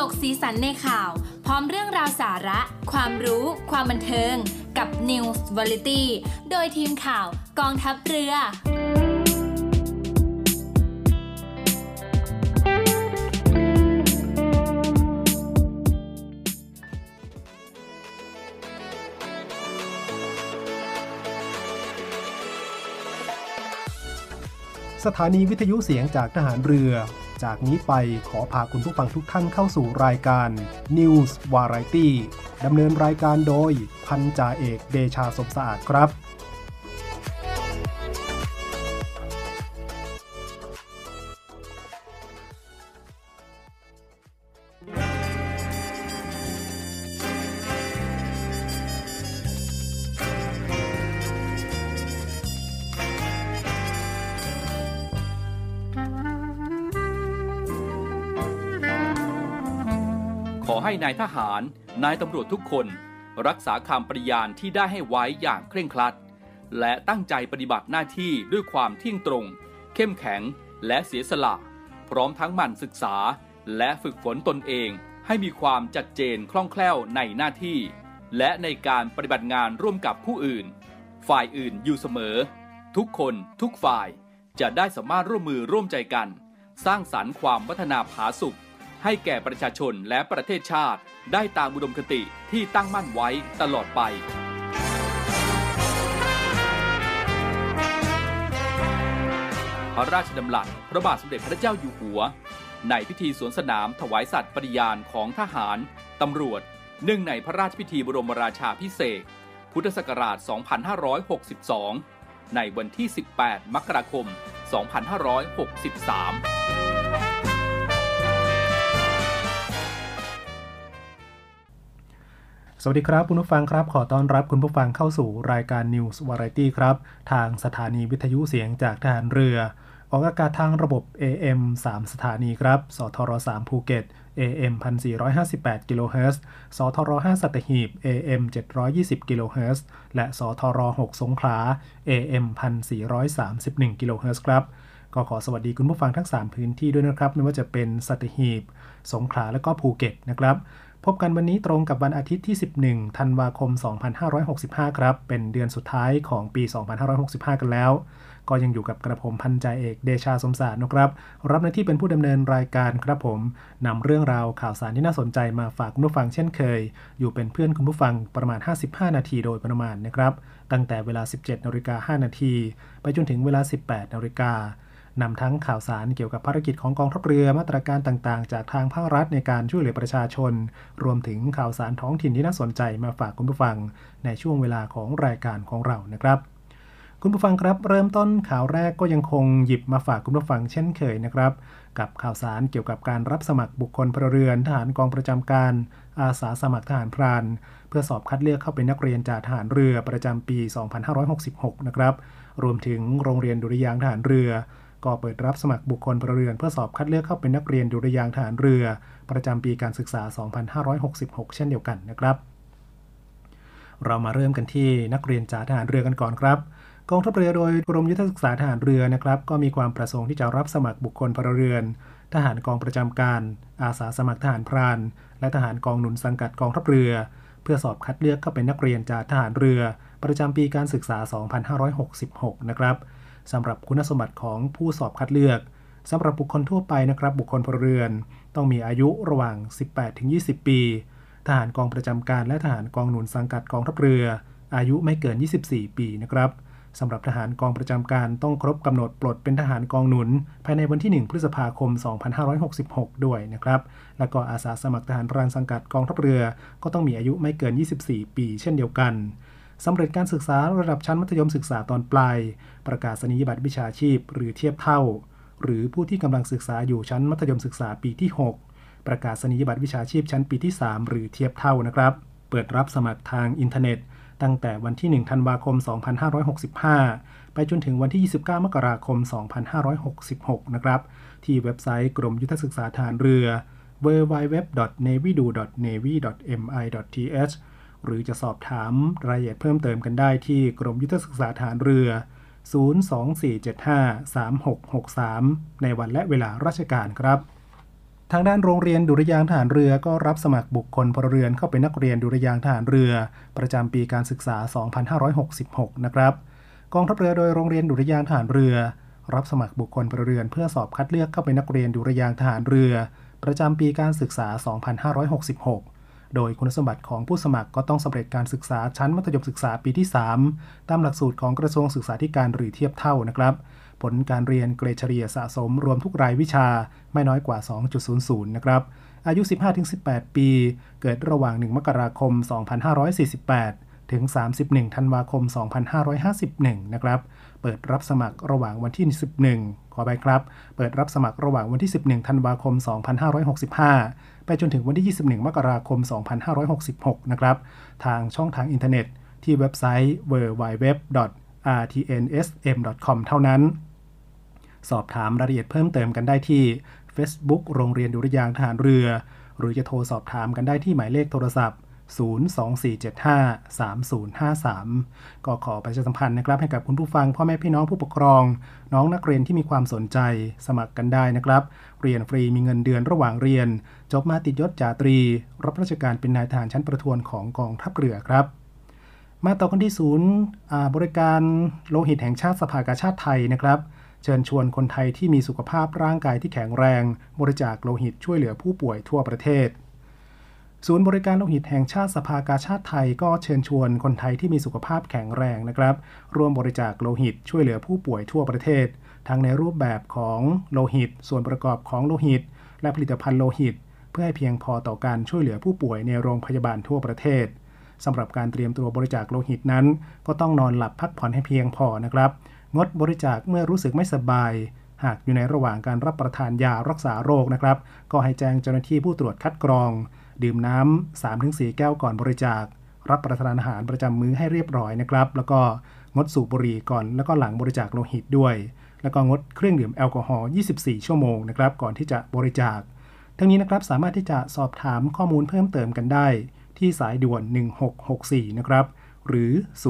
กสีสันในข่าวพร้อมเรื่องราวสาระความรู้ความบันเทิงกับ News Variety โดยทีมข่าวกองทัพเรือสถานีวิทยุเสียงจากทหารเรือจากนี้ไปขอพาคุณผู้ฟังทุกท่านเข้าสู่รายการ News Variety ดำเนินรายการโดยพันจ่าเอกเดชาสมสะอาดครับขอให้นายทหารนายตำรวจทุกคนรักษาคำปฏิญาณที่ได้ให้ไว้อย่างเคร่งครัดและตั้งใจปฏิบัติหน้าที่ด้วยความเที่ยงตรงเข้มแข็งและเสียสละพร้อมทั้งหมั่นศึกษาและฝึกฝนตนเองให้มีความชัดเจนคล่องแคล่วในหน้าที่และในการปฏิบัติงานร่วมกับผู้อื่นฝ่ายอื่นอยู่เสมอทุกคนทุกฝ่ายจะได้สามารถร่วมมือร่วมใจกันสร้างสรรค์ความพัฒนาผาสุกให้แก่ประชาชนและประเทศชาติได้ตามอุดมคติที่ตั้งมั่นไว้ตลอดไปพระราชดำรัสพระบาทสมเด็จพระเจ้าอยู่หัวในพิธีสวนสนามถวายสัตย์ปฏิญาณของทหารตำรวจเนื่องในพระราชพิธีบรมราชาภิเษกพุทธศักราช 2562 ในวันที่ 18 มกราคม 2563 สวัสดีครับคุณผู้ฟังครับขอต้อนรับคุณผู้ฟังเข้าสู่รายการ News Variety ครับทางสถานีวิทยุเสียงจากทหารเรือออกอากาศทางระบบ AM 3 สถานีครับสทร3ภูเก็ต AM 1458 กิโลเฮิรตซ์สทร5สัตหีบ AM 720 กิโลเฮิรตซ์และสทร6สงขลา AM 1431 กิโลเฮิรตซ์ครับก็ขอสวัสดีคุณผู้ฟังทั้ง3พื้นที่ด้วยนะครับไม่ว่าจะเป็นสัตหีบสงขลาและก็ภูเก็ตนะครับพบกันวันนี้ตรงกับวันอาทิตย์ที่11ธันวาคม2565ครับเป็นเดือนสุดท้ายของปี2565กันแล้วก็ยังอยู่กับกระผมพันจ่าเอกเดชาสมสะอาดนะครับรับหน้าที่เป็นผู้ดำเนินรายการครับผมนำเรื่องราวข่าวสารที่น่าสนใจมาฝากคุณผู้ฟังเช่นเคยอยู่เป็นเพื่อนคุณผู้ฟังประมาณ55นาทีโดยประมาณนะครับตั้งแต่เวลา 17:05 น.ไปจนถึงเวลา 18:00 น.นำทั้งข่าวสารเกี่ยวกับภารกิจของกองทัพเรือมาตรการต่างๆจากทางภาครัฐในการช่วยเหลือประชาชนรวมถึงข่าวสารท้องถิ่นที่น่าสนใจมาฝากคุณผู้ฟังในช่วงเวลาของรายการของเรานะครับคุณผู้ฟังครับเริ่มต้นข่าวแรกก็ยังคงหยิบมาฝากคุณผู้ฟังเช่นเคยนะครับกับข่าวสารเกี่ยวกับการรับสมัครบุคคลพลเรือนทหารกองประจำการอาสาสมัครทหารพรานเพื่อสอบคัดเลือกเข้าเป็นนักเรียนจากทหารเรือประจำปี 2566 นะครับรวมถึงโรงเรียนดุริยางค์ทหารเรือก็เปิดรับสมัครบุคคลพลเรือนเพื่อสอบคัดเลือกเข้าเป็นนักเรียนดุริยางค์ทหารเรือประจำปีการศึกษา 2566 เช่นเดียวกันนะครับเรามาเริ่มกันที่นักเรียนจ่าทหารเรือกันก่อนครับกองทัพเรือโดยกรมยุทธศึกษาทหารเรือนะครับก็มีความประสงค์ที่จะรับสมัครบุคคลพลเรือนทหารกองประจำการอาสาสมัครทหารพรานและทหารกองหนุนสังกัดกองทัพเรือเพื่อสอบคัดเลือกเข้าเป็นนักเรียนจ่าทหารเรือประจำปีการศึกษา 2566 นะครับสำหรับคุณสมบัติของผู้สอบคัดเลือกสำหรับบุคคลทั่วไปนะครับบุคคลพลเรือนต้องมีอายุระหว่าง 18-20 ปีทหารกองประจำการและทหารกองหนุนสังกัดกองทัพเรืออายุไม่เกิน 24 ปีนะครับสำหรับทหารกองประจำการต้องครบกำหนดปลดเป็นทหารกองหนุนภายในวันที่ 1 พฤษภาคม 2566 ด้วยนะครับและก็อาสาสมัครทหารพรานสังกัดกองทัพเรือก็ต้องมีอายุไม่เกิน 24 ปีเช่นเดียวกันสำเร็จการศึกษาระดับชั้นมัธยมศึกษาตอนปลายประกาศนียบัตรวิชาชีพหรือเทียบเท่าหรือผู้ที่กำลังศึกษาอยู่ชั้นมัธยมศึกษาปีที่ 6 ประกาศนียบัตรวิชาชีพชั้นปีที่ 3 หรือเทียบเท่านะครับเปิดรับสมัครทางอินเทอร์เน็ตตั้งแต่วันที่ 1 ธันวาคม 2565 ไปจนถึงวันที่ 29 มกราคม 2566 นะครับที่เว็บไซต์กรมยุทธศึกษาทหารเรือ www.navydu.navy.mi.th หรือจะสอบถามรายละเอียดเพิ่มเติมกันได้ที่กรมยุทธศึกษาทหารเรือ 024753663 ในวันและเวลาราชการครับทางด้านโรงเรียนดุริยางค์ทหารเรือก็รับสมัครบุคคลพลเรือนเข้าเป็นนักเรียนดุริยางค์ทหารเรือประจำปีการศึกษา 2566 นะครับกองทัพเรือโดยโรงเรียนดุริยางค์ทหารเรือรับสมัครบุคคลพลเรือนเพื่อสอบคัดเลือกเข้าเป็นนักเรียนดุริยางค์ทหารเรือประจำปีการศึกษา 2566 โดยคุณสมบัติของผู้สมัครก็ต้องสำเร็จการศึกษาชั้นมัธยมศึกษาปีที่ 3 ตามหลักสูตรของกระทรวงศึกษาธิการหรือเทียบเท่านะครับผลการเรียนเกรดเฉลี่ยสะสมรวมทุกรายวิชาไม่น้อยกว่า 2.00 นะครับอายุ 15-18 ปีเกิดระหว่าง 1 มกราคม 2548 ถึง 31 ธันวาคม 2551 นะครับเปิดรับสมัครระหว่างวันที่ 11 ขอไปครับเปิดรับสมัครระหว่างวันที่ 11 ธันวาคม 2565 ไปจนถึงวันที่ 21 มกราคม 2566 นะครับทางช่องทางอินเทอร์เน็ตที่เว็บไซต์ www.rtnsm.com เท่านั้นสอบถามรายละเอียดเพิ่มเติมกันได้ที่ Facebook โรงเรียนดุริยางค์ทหารเรือหรือจะโทรสอบถามกันได้ที่หมายเลขโทรศัพท์ 024753053 ก็ขอประชาสัมพันธ์นะครับให้กับคุณผู้ฟังพ่อแม่พี่น้องผู้ปกครองน้องนักเรียนที่มีความสนใจสมัครกันได้นะครับเรียนฟรีมีเงินเดือนระหว่างเรียนจบมาติดยศจ่าตรีรับราชการเป็นนายทหารชั้นประทวนของกองทัพเรือครับมาต่อกันที่ศูนย์บริการโลหิตแห่งชาติสภากาชาดไทยนะครับเชิญชวนคนไทยที่มีสุขภาพร่างกายที่แข็งแรงบริจาคโลหิตช่วยเหลือผู้ป่วยทั่วประเทศศูนย์บริการโลหิตแห่งชาติสภากาชาดไทยก็เชิญชวนคนไทยที่มีสุขภาพแข็งแรงนะครับร่วมบริจาคโลหิตช่วยเหลือผู้ป่วยทั่วประเทศทั้งในรูปแบบของโลหิตส่วนประกอบของโลหิตและผลิตภัณฑ์โลหิตเพื่อให้เพียงพอต่อการช่วยเหลือผู้ป่วยในโรงพยาบาลทั่วประเทศสำหรับการเตรียมตัวบริจาคโลหิตนั้นก็ต้องนอนหลับพักผ่อนให้เพียงพอนะครับงดบริจาคเมื่อรู้สึกไม่สบายหากอยู่ในระหว่างการรับประทานยารักษาโรคนะครับก็ให้แจ้งเจ้าหน้าที่ผู้ตรวจคัดกรองดื่มน้ำ 3-4 แก้วก่อนบริจาครับประทานอาหารประจำมื้อให้เรียบร้อยนะครับแล้วก็งดสูบบุหรี่ก่อนแล้วก็หลังบริจาคโลหิตด้วยแล้วก็งดเครื่องดื่มแอลกอฮอล์ 24 ชั่วโมงนะครับก่อนที่จะบริจาคทั้งนี้นะครับสามารถที่จะสอบถามข้อมูลเพิ่มเติมกันได้ที่สายด่วน 1664 นะครับหรือ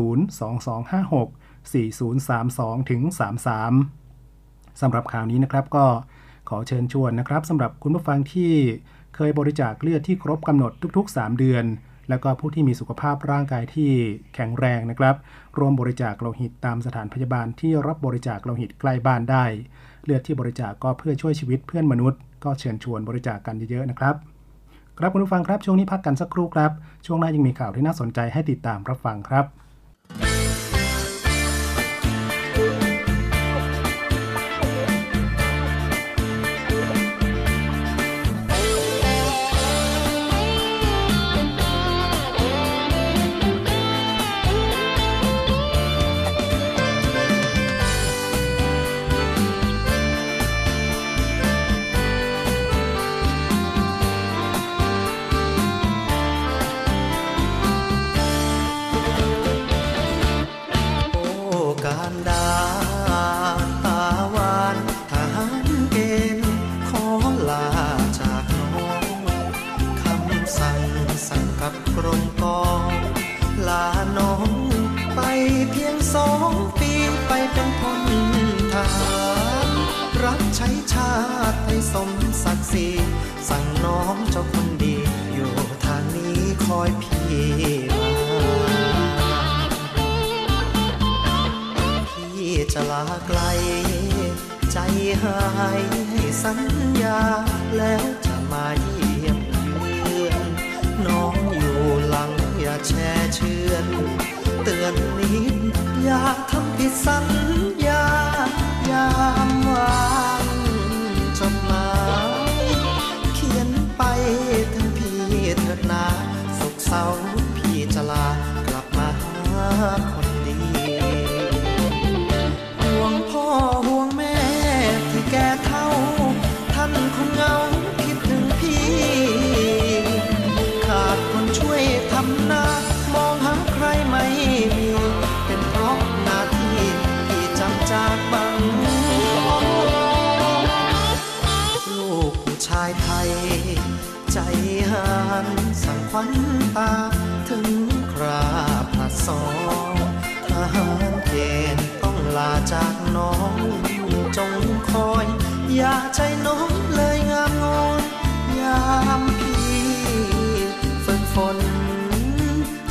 022564032-33 สำหรับข่าวนี้นะครับก็ขอเชิญชวนนะครับสำหรับคุณผู้ฟังที่เคยบริจาคเลือดที่ครบกำหนดทุกๆ3เดือนแล้วก็ผู้ที่มีสุขภาพร่างกายที่แข็งแรงนะครับร่วมบริจาคโลหิตตามสถานพยาบาลที่รับบริจาคโลหิตใกล้บ้านได้เลือดที่บริจาคก็เพื่อช่วยชีวิตเพื่อนมนุษย์ก็เชิญชวนบริจาคกันเยอะๆนะครับครับคุณผู้ฟังครับช่วงนี้พักกันสักครู่ครับช่วงหน้ายังมีข่าวที่น่าสนใจให้ติดตามรับฟังครับสมศักดิ์ศรีสั่งน้องเจ้าคนดีอยู่ทางนี้คอยพี่มาพี่จะลาไกลใจหายให้สัญญาแล้วจะมาเยี่ยมเยือนน้องอยู่หลังอย่าแช่เชือนเตือนนิดอย่าทำผิดสัญญายามวางจดหมายเขียนไปถึงพี่เถิดนาสุขเศร้าพี่จะลากลับมาหาคนดีห่วงพ่อห่วงแม่ที่แก่เฒ่าท่านคงเหงาคิดถึงพี่ขาดคนช่วยทำนามองหาใครไม่มีเป็นเพราะหน้าที่ที่จำจากบังชายไทยใจหันสั่งขวัญตาถึงคราพลัดสองทหารเกณฑ์ต้องลาจากน้องจงคอยอย่าใจน้องเลยงามงอน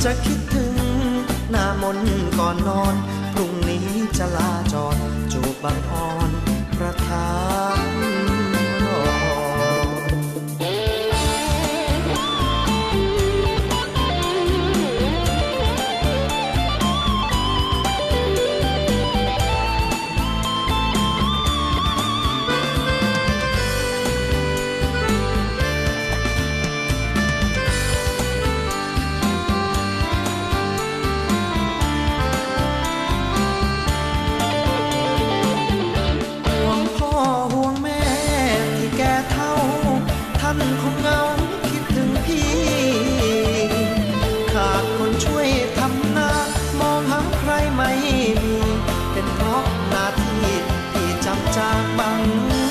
จะคิดถึงหน้ามนต์ก่อนนอนพรุ่งนี้จะลาจรจูบบังอ่อนประทานรอจากบัง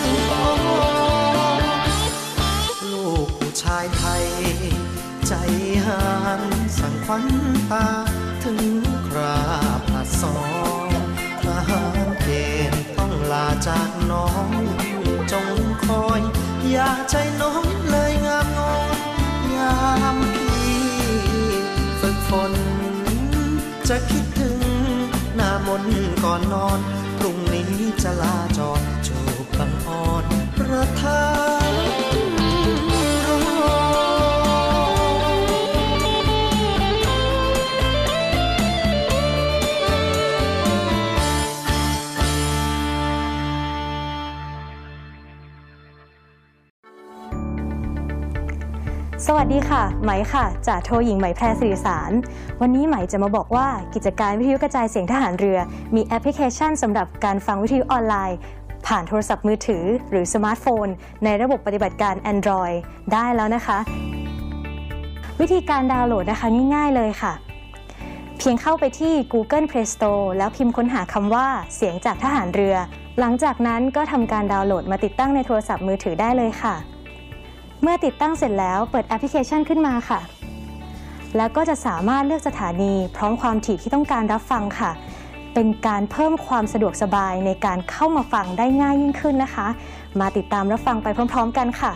ลูกผู้ชายไทยใจหานสั่งขวัญตาถึงคราผัดสองทหารเกณฑ์ต้องลาจากน้องจงคอยอย่าใจน้องเลยงามงอนยามพี่ฝึกฝนจะคิดถึงหน้ามนต์ก่อนนอนพรุ่งนี้จะลาจรจูบบังอ่อนประทานรอสวัสดีค่ะไหมค่ะจากโทหญิงไหมแพรสิริสารวันนี้ไหมจะมาบอกว่ากิจการวิทยุกระจายเสียงทหารเรือมีแอปพลิเคชันสำหรับการฟังวิทยุออนไลน์ผ่านโทรศัพท์มือถือหรือสมาร์ทโฟนในระบบปฏิบัติการ Android ได้แล้วนะคะวิธีการดาวน์โหลดนะคะง่ายๆเลยค่ะเพียงเข้าไปที่ Google Play Store แล้วพิมพ์ค้นหาคำว่าเสียงจากทหารเรือหลังจากนั้นก็ทำการดาวน์โหลดมาติดตั้งในโทรศัพท์มือถือได้เลยค่ะเมื่อติดตั้งเสร็จแล้วเปิดแอปพลิเคชันขึ้นมาค่ะแล้วก็จะสามารถเลือกสถานีพร้อมความถี่ที่ต้องการรับฟังค่ะเป็นการเพิ่มความสะดวกสบายในการเข้ามาฟังได้ง่ายยิ่งขึ้นนะคะมาติดตามรับฟังไปพร้อมๆกันค่ะ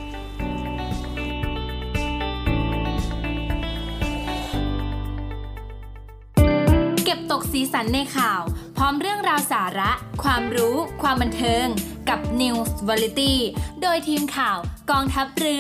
เก็บตกสีสันในข่าวพร้อมเรื่องราวสาระความรู้ความบันเทิงกับ News Variety โดยทีมข่าวกองทัพเรื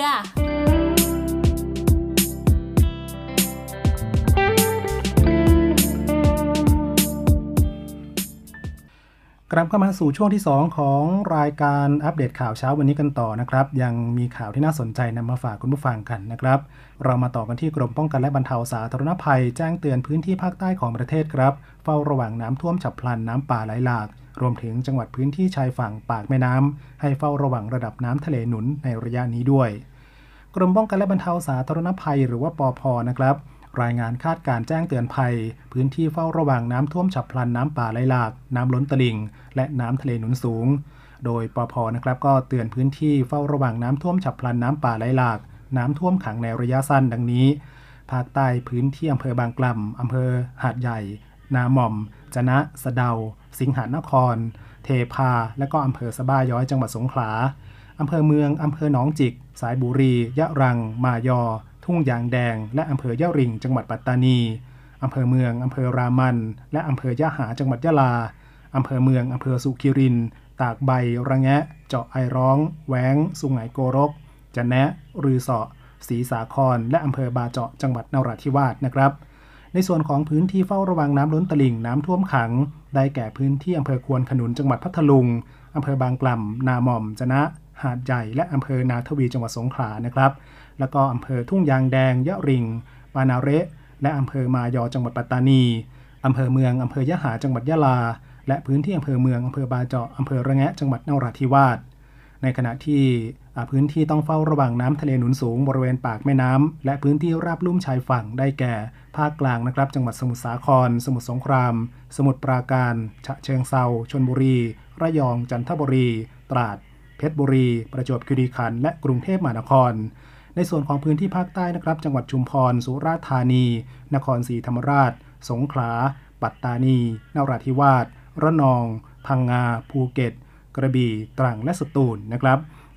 อกลับเข้ามาสู่ช่วงที่2ของรายการอัปเดตข่าวเช้าวันนี้กันต่อนะครับยังมีข่าวที่น่าสนใจนำมาฝากคุณผู้ฟังกันนะครับเรามาต่อกันที่กรมป้องกันและบรรเทาสาธารณภัยแจ้งเตือนพื้นที่ภาคใต้ของประเทศครับเฝ้าระวังน้ำท่วมฉับพลันน้ำป่าไหลหลากรวมถึงจังหวัดพื้นที่ชายฝั่งปากแม่น้ำให้เฝ้าระวังระดับน้ำทะเลหนุนในระยะนี้ด้วยกรมป้องกันและบรรเทาสาธารณภัยหรือว่าปภ.นะครับรายงานคาดการแจ้งเตือนภัยพื้นที่เฝ้าระวังน้ำท่วมฉับพลันน้ำป่าไหลหลากน้ำล้นตลิ่งและน้ำทะเลหนุนสูงโดยปภ.นะครับก็เตือนพื้นที่เฝ้าระวังน้ำท่วมฉับพลันน้ำป่าไหลหลากน้ำท่วมขังในระยะสั้นดังนี้ภาคใต้พื้นที่อำเภอบางกล่ำอำเภอหาดใหญ่นาหม่อมจะนะสะเดาสิงหนครเทพาและก็อำเภอสะบ้าย้อยจังหวัดสงขลาอำเภอเมืองอำเภอหนองจิกสายบุรียะรังมายอทุ่งยางแดงและอำเภอยะริงจังหวัดปัตตานีอำเภอเมืองอำเภอรามันและอำเภอยะหาจังหวัดยะลาอำเภอเมืองอำเภอสุขิรินตากใบระแงะเจาะไอร้องแหวงสุไหงโกรกจะแนะรือเสาะศรีสาครและอำเภอบาเจาะจังหวัดนราธิวาสนะครับในส่วนของพื้นที่เฝ้าระวังน้ำล้นตลิ่งน้ำท่วมขังได้แก่พื้นที่อำเภอควนขนุนจังหวัดพัทลุงอำเภอบางกล่ำนาหม่อมจะนะหาดใหญ่และอำเภอนาทวีจังหวัดสงขลานะครับแล้วก็อำเภอทุ่งยางแดงยะริงปานาเระและอำเภอมายอจังหวัดปัตตานีอำเภอเมืองอำเภอยะหาจังหวัดยะลาและพื้นที่อำเภอเมืองอำเภอบาเจาะอำเภอระแงะจังหวัดนราธิวาสในขณะที่พื้นที่ต้องเฝ้าระวังน้ำทะเลหนุนสูงบริเวณปากแม่น้ำและพื้นที่ราบลุ่มชายฝั่งได้แก่ภาคกลางนะครับจังหวัดสมุทรสาครสมุทรสงครามสมุทรปราการฉะเชิงเทราชลบุรีระยองจันทบุรีตราดเพชรบุรีประจวบคีรีขันธ์และกรุงเทพมหานครในส่วนของพื้นที่ภาคใต้นะครับจังหวัดชุมพรสุราษฎร์ธานีนครศรีธรรมราชสงขลาปัตตานีนราธิวาสระนองพังงาภูเก็ตกระบี่ตรังและสตูลนะครับ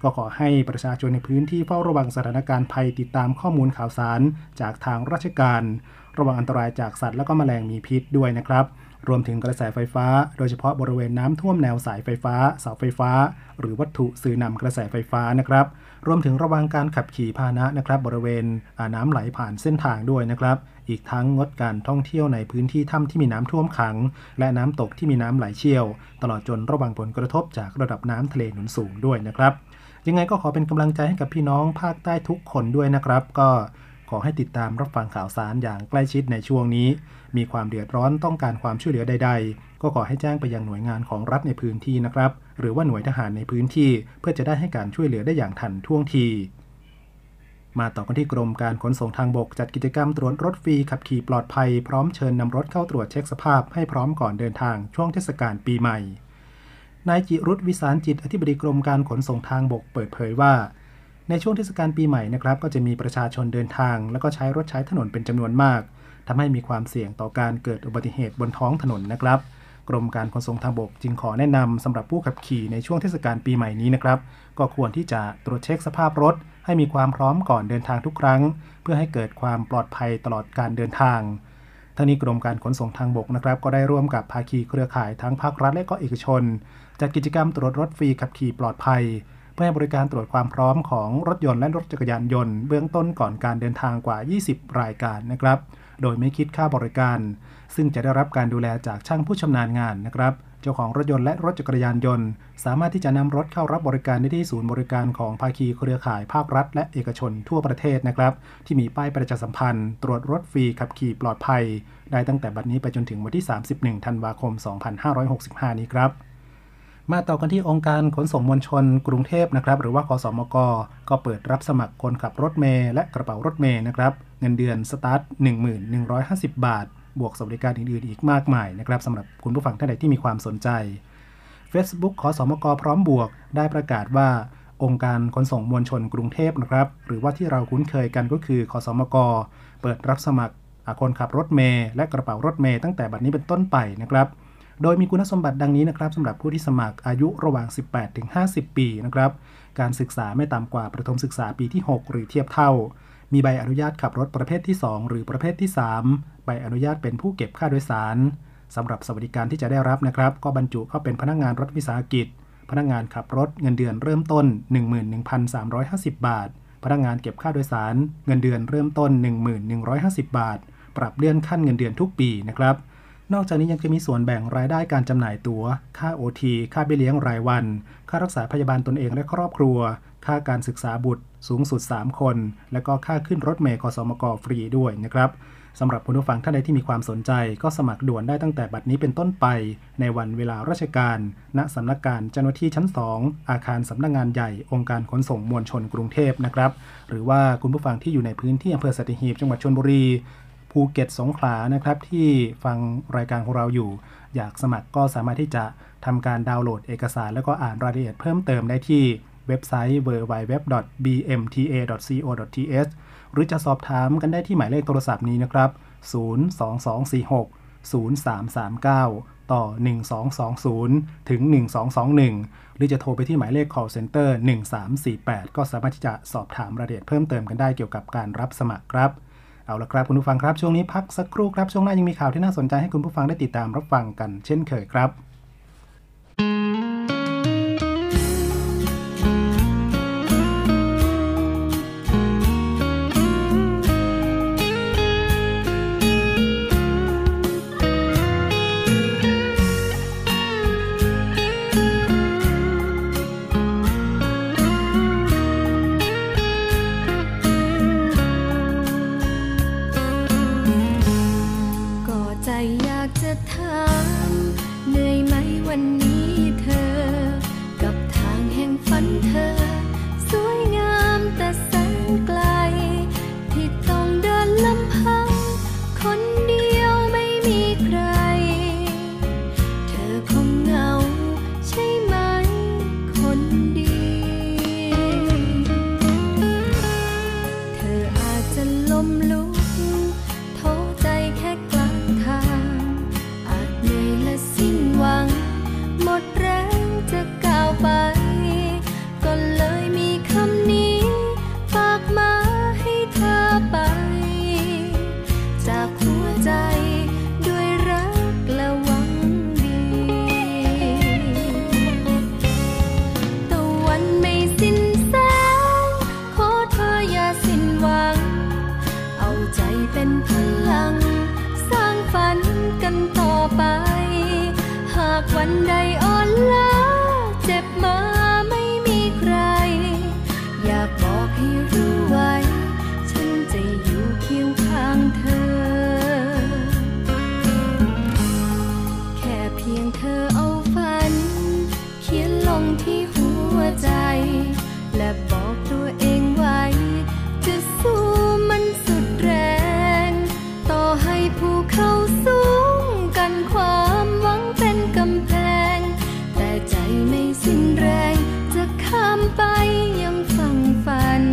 ก็ขอให้ประชาชนในพื้นที่เฝ้าระวังสถานการณ์ภัยติดตามข้อมูลข่าวสารจากทางราชการระวังอันตรายจากสัตว์และก็แมลงมีพิษด้วยนะครับรวมถึงกระแสไฟฟ้าโดยเฉพาะบริเวณน้ำท่วมแนวสายไฟฟ้าเสาไฟฟ้าหรือวัตถุสื่อนำกระแสไฟฟ้านะครับรวมถึงระวังการขับขี่พาหนะนะครับบริเวณน้ำไหลผ่านเส้นทางด้วยนะครับอีกทั้งงดการท่องเที่ยวในพื้นที่ถ้ำที่มีน้ำท่วมขังและน้ำตกที่มีน้ำไหลเชี่ยวตลอดจนระวังผลกระทบจากระดับน้ำทะเลหนุนสูงด้วยนะครับยังไงก็ขอเป็นกำลังใจให้กับพี่น้องภาคใต้ทุกคนด้วยนะครับก็ขอให้ติดตามรับฟังข่าวสารอย่างใกล้ชิดในช่วงนี้มีความเดือดร้อนต้องการความช่วยเหลือใดๆก็ขอให้แจ้งไปยังหน่วยงานของรัฐในพื้นที่นะครับหรือว่าหน่วยทหารในพื้นที่เพื่อจะได้ให้การช่วยเหลือได้อย่างทันท่วงทีมาต่อกันที่กรมการขนส่งทางบกจัดกิจกรรมตรวจรถฟรีขับขี่ปลอดภัยพร้อมเชิญนำรถเข้าตรวจเช็คสภาพให้พร้อมก่อนเดินทางช่วงเทศกาลปีใหม่นายจิรุตวิสารจิตอธิบดีกรมการขนส่งทางบกเปิดเผยว่าในช่วงเทศกาลปีใหม่นะครับก็จะมีประชาชนเดินทางและก็ใช้รถใช้ถนนเป็นจำนวนมากทำให้มีความเสี่ยงต่อการเกิดอุบัติเหตุบนท้องถนนนะครับกรมการขนส่งทางบกจึงขอแนะนำสำหรับผู้ขับขี่ในช่วงเทศกาลปีใหม่นี้นะครับก็ควรที่จะตรวจเช็คสภาพรถให้มีความพร้อมก่อนเดินทางทุกครั้งเพื่อให้เกิดความปลอดภัยตลอดการเดินทางทั้งนี้กรมการขนส่งทางบกนะครับก็ได้ร่วมกับภาคีเครือข่ายทั้งภาครัฐและก็เอกชนจัดกิจกรรมตรวจรถฟรีขับขี่ปลอดภัยเพื่อให้บริการตรวจความพร้อมของรถยนต์และรถจักรยานยนต์เบื้องต้นก่อนการเดินทางกว่า20รายการนะครับโดยไม่คิดค่าบริการซึ่งจะได้รับการดูแลจากช่างผู้ชำนาญงานนะครับเจ้าของรถยนต์และรถจักรยานยนต์สามารถที่จะนำรถเข้ารับบริการได้ที่ศูนย์บริการของภาคีเครือข่ายภาครัฐและเอกชนทั่วประเทศนะครับที่มีป้ายประชาสัมพันธ์ตรวจรถฟรีขับขี่ปลอดภัยได้ตั้งแต่บัดนี้ไปจนถึงวันที่31ธันวาคม2565นี้ครับมาต่อกันที่องค์การขนส่งมวลชนกรุงเทพนะครับหรือว่าคสมกก็เปิดรับสมัครคนขับรถเมล์และกระเป๋ารถเมล์นะครับเงินเดือนสตาร์ท 1150 บาทบวกสวัสดิการอื่นๆอีกมากมายนะครับสำหรับคุณผู้ฟังท่านใดที่มีความสนใจ Facebook คสมกพร้อมบวกได้ประกาศว่าองค์การขนส่งมวลชนกรุงเทพนะครับหรือว่าที่เราคุ้นเคยกันก็คือคสมกเปิดรับสมัครคนขับรถเมล์และกระเป๋ารถเมล์ตั้งแต่บัดนี้เป็นต้นไปนะครับโดยมีคุณสมบัติดังนี้นะครับสำหรับผู้ที่สมัครอายุระหว่าง 18-50 ปีนะครับการศึกษาไม่ต่ำกว่าประถมศึกษาปีที่ 6 หรือเทียบเท่ามีใบอนุญาตขับรถประเภทที่ 2 หรือประเภทที่ 3 ใบอนุญาตเป็นผู้เก็บค่าโดยสารสำหรับสวัสดิการที่จะได้รับนะครับก็บรรจุเข้าเป็นพนักงานรัฐวิสาหกิจพนักงานขับรถเงินเดือนเริ่มต้น 11,350 บาทพนักงานเก็บค่าโดยสารเงินเดือนเริ่มต้น 1150 บาทปรับเลื่อนขั้นเงินเดือนทุกปีนะครับนอกจากนี้ยังจะมีส่วนแบ่งรายได้การจำหน่ายตั๋วค่า OT ค่าเบี้ยเลี้ยงรายวันค่ารักษาพยาบาลตนเองและครอบครัวค่าการศึกษาบุตรสูงสุด3คนและก็ค่าขึ้นรถเมล์คสมกฟรีด้วยนะครับสำหรับผู้ฟังท่านใดที่มีความสนใจก็สมัครด่วนได้ตั้งแต่บัดนี้เป็นต้นไปในวันเวลาราชการณสำนักงานเจ้าหน้าที่ชั้น2อาคารสำนักงานใหญ่องค์การขนส่งมวลชนกรุงเทพนะครับหรือว่าคุณผู้ฟังที่อยู่ในพื้นที่อำเภอสัตหีบจังหวัดชลบุรีภูเก็ตสงขลานะครับที่ฟังรายการของเราอยู่อยากสมัครก็สามารถที่จะทำการดาวน์โหลดเอกสารแล้วก็อ่านรายละเอียดเพิ่มเติมได้ที่เว็บไซต์ www.bmta.co.th หรือจะสอบถามกันได้ที่หมายเลขโทรศัพท์นี้นะครับ022460339ต่อ1220ถึง1221หรือจะโทรไปที่หมายเลข call center 1348ก็สามารถที่จะสอบถามรายละเอียดเพิ่มเติมกันได้เกี่ยวกับการรับสมัครครับเอาละครับคุณผู้ฟังครับช่วงนี้พักสักครู่ครับช่วงหน้ายังมีข่าวที่น่าสนใจให้คุณผู้ฟังได้ติดตามรับฟังกันเช่นเคยครับอยากจะถามเหนื่อยเป็นพลังสร้างฝันกันต่อไปหากวันใดอ่อนล้าเจ็บมาไม่มีใครอยากบอกให้รู้ไว้ฉันจะอยู่เคียงข้างเธอแค่เพียงเธอเอาฝันเขียนลงที่หัวใจและบอกตัวเองไว้จะสู้มันสุดแรงต่อให้ภูเขาสูงกันความหวังเป็นกำแพงแต่ใจไม่สิ้นแรงจะข้ามไปยังฝั่งฝัน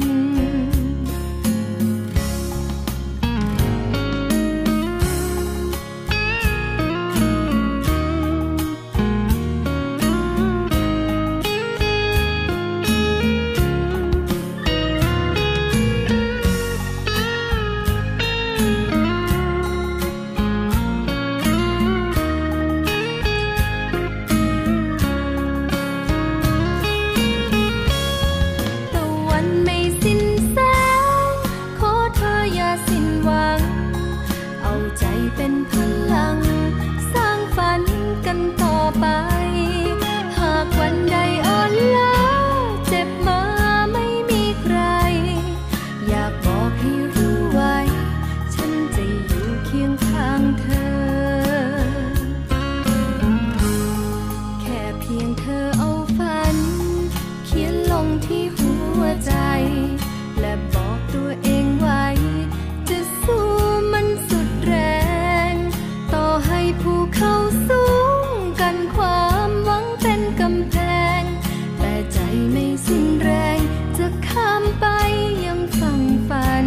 เป็นพลังสร้างฝันกันต่อไปหากวันใดอ่อนล้าเจ็บมาไม่มีใครอยากบอกให้รู้ไว้ฉันจะอยู่เคียงข้างเธอแค่เพียงเธอเอาฝันเขียนลงที่หัวใจและบอกตัวเองไว้จะสู้มันสุดแรงต่อให้ภูเขาสูงกันความหวังเป็นกำแพงแต่ใจไม่สิ้นแรงจะข้ามไปยังฝั่งฝัน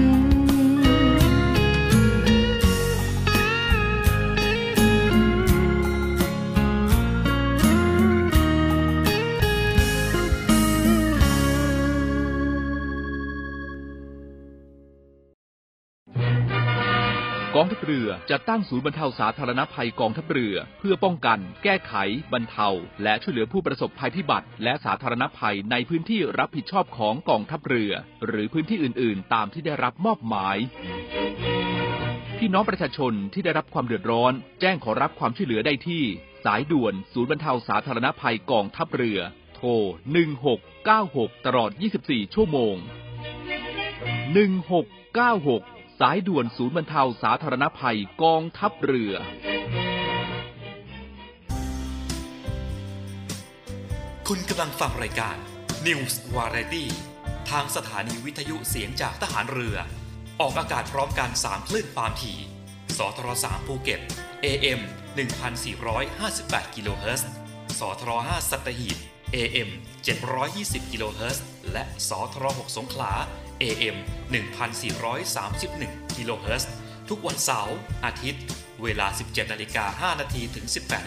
กองทัพเรือจะตั้งศูนย์บรรเทาสาธารณภัยกองทัพเรือเพื่อป้องกันแก้ไขบรรเทาและช่วยเหลือผู้ประสบภัยพิบัติและสาธารณภัยในพื้นที่รับผิดชอบของกองทัพเรือหรือพื้นที่อื่นๆตามที่ได้รับมอบหมายพี่น้องประชาชนที่ได้รับความเดือดร้อนแจ้งขอรับความช่วยเหลือได้ที่สายด่วนศูนย์บรรเทาสาธารณภัยกองทัพเรือโทร1696ตลอด24ชั่วโมง1696สายด่วนศูนย์บรรเทาสาธารณภัยกองทัพเรือคุณกำลังฟังรายการ News Variety ทางสถานีวิทยุเสียงจากทหารเรือออกอากาศพร้อมกัน3คลื่นความถี่สทร3ภูเก็ต AM 1458 กิโลเฮิรตซ์สทร5สัตหีบ AM 720 กิโลเฮิรตซ์และสทร6สงขลาAM 1431 กิโลเฮิรตซ์ทุกวันเสาร์อาทิตย์เวลา 17:05 น.ถึง 18:00 น.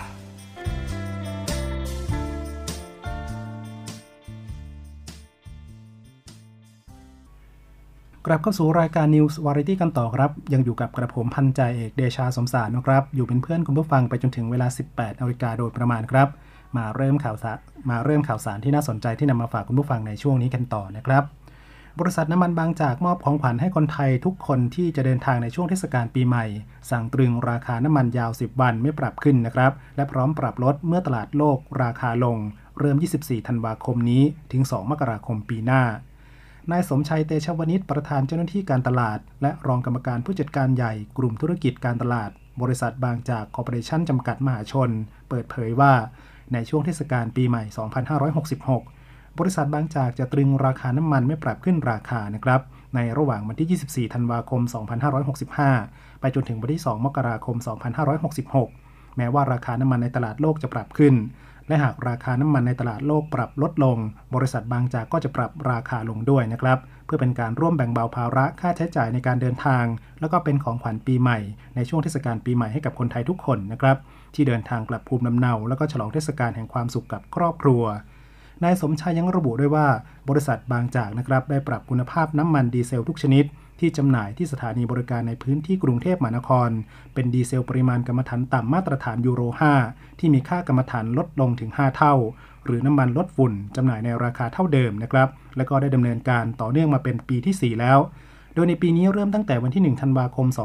กลับเข้าสู่รายการ News Variety กันต่อครับยังอยู่กับกระผมพันจ่าเอกเดชาสมสารนะครับอยู่เป็นเพื่อนคุณผู้ฟังไปจนถึงเวลา 18:00 น.โดยประมาณครับมาเริ่มข่าวสารที่น่าสนใจที่นำมาฝากคุณผู้ฟังในช่วงนี้กันต่อนะครับบริษัทน้ำมันบางจากมอบของขวัญให้คนไทยทุกคนที่จะเดินทางในช่วงเทศกาลปีใหม่สั่งตรึงราคาน้ำมันยาว10วันไม่ปรับขึ้นนะครับและพร้อมปรับลดเมื่อตลาดโลกราคาลงเริ่ม24ธันวาคมนี้ถึง2มกราคมปีหน้านายสมชัยเตชะวณิชประธานเจ้าหน้าที่การตลาดและรองกรรมการผู้จัดการใหญ่กลุ่มธุรกิจการตลาดบริษัทบางจากคอร์ปอเรชั่นจำกัดมหาชนเปิดเผยว่าในช่วงเทศกาลปีใหม่2566บริษัทบางจากจะตรึงราคาน้ำมันไม่ปรับขึ้นราคานะครับในระหว่างวันที่24ธันวาคม2565ไปจนถึงวันที่2มกราคม2566แม้ว่าราคาน้ำมันในตลาดโลกจะปรับขึ้นและหากราคาน้ำมันในตลาดโลกปรับลดลงบริษัทบางจากก็จะปรับราคาลงด้วยนะครับเพื่อเป็นการร่วมแบ่งเบาภาระค่าใช้จ่ายในการเดินทางแล้วก็เป็นของขวัญปีใหม่ในช่วงเทศกาลปีใหม่ให้กับคนไทยทุกคนนะครับที่เดินทางกลับภูมิลำเนาแล้วก็ฉลองเทศกาลแห่งความสุขกับครอบครัวนายสมชัยยังระบุด้วยว่าบริษัทบางจากนะครับได้ปรับคุณภาพน้ำมันดีเซลทุกชนิดที่จำหน่ายที่สถานีบริการในพื้นที่กรุงเทพมหานครเป็นดีเซลปริมาณกรรมฐานต่ำมาตรฐานยูโร 5ที่มีค่ากรรมฐานลดลงถึง5เท่าหรือน้ำมันลดฝุ่นจำหน่ายในราคาเท่าเดิมนะครับและก็ได้ดำเนินการต่อเนื่องมาเป็นปีที่4แล้วโดยในปีนี้เริ่มตั้งแต่วันที่1ธันวาคม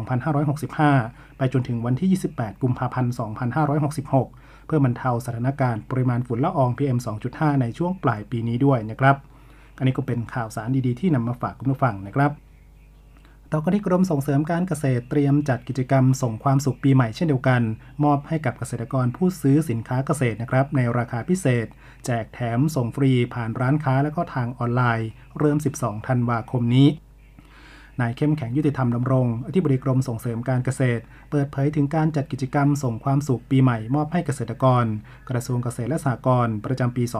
2565ไปจนถึงวันที่28กุมภาพันธ์2566เพื่อบรรเทาสถานการณ์ปริมาณฝุ่นละออง PM 2.5 ในช่วงปลายปีนี้ด้วยนะครับอันนี้ก็เป็นข่าวสารดีๆที่นำมาฝากคุณผู้ฟังนะครับต่อกันที่กรมส่งเสริมการเกษตรเตรียมจัดกิจกรรมส่งความสุขปีใหม่เช่นเดียวกันมอบให้กับเกษตรกรผู้ซื้อสินค้าเกษตรนะครับในราคาพิเศษแจกแถมส่งฟรีผ่านร้านค้าและก็ทางออนไลน์เริ่ม12ธันวาคมนี้นายเข้มแข็งยุติธรรมดำรงอธิบดีกรมส่งเสริมการเกษตรเปิดเผยถึงการจัดกิจกรรมส่งความสุขปีใหม่มอบให้เกษตรกรกระทรวงเกษตรและสหกรณ์ประจำปี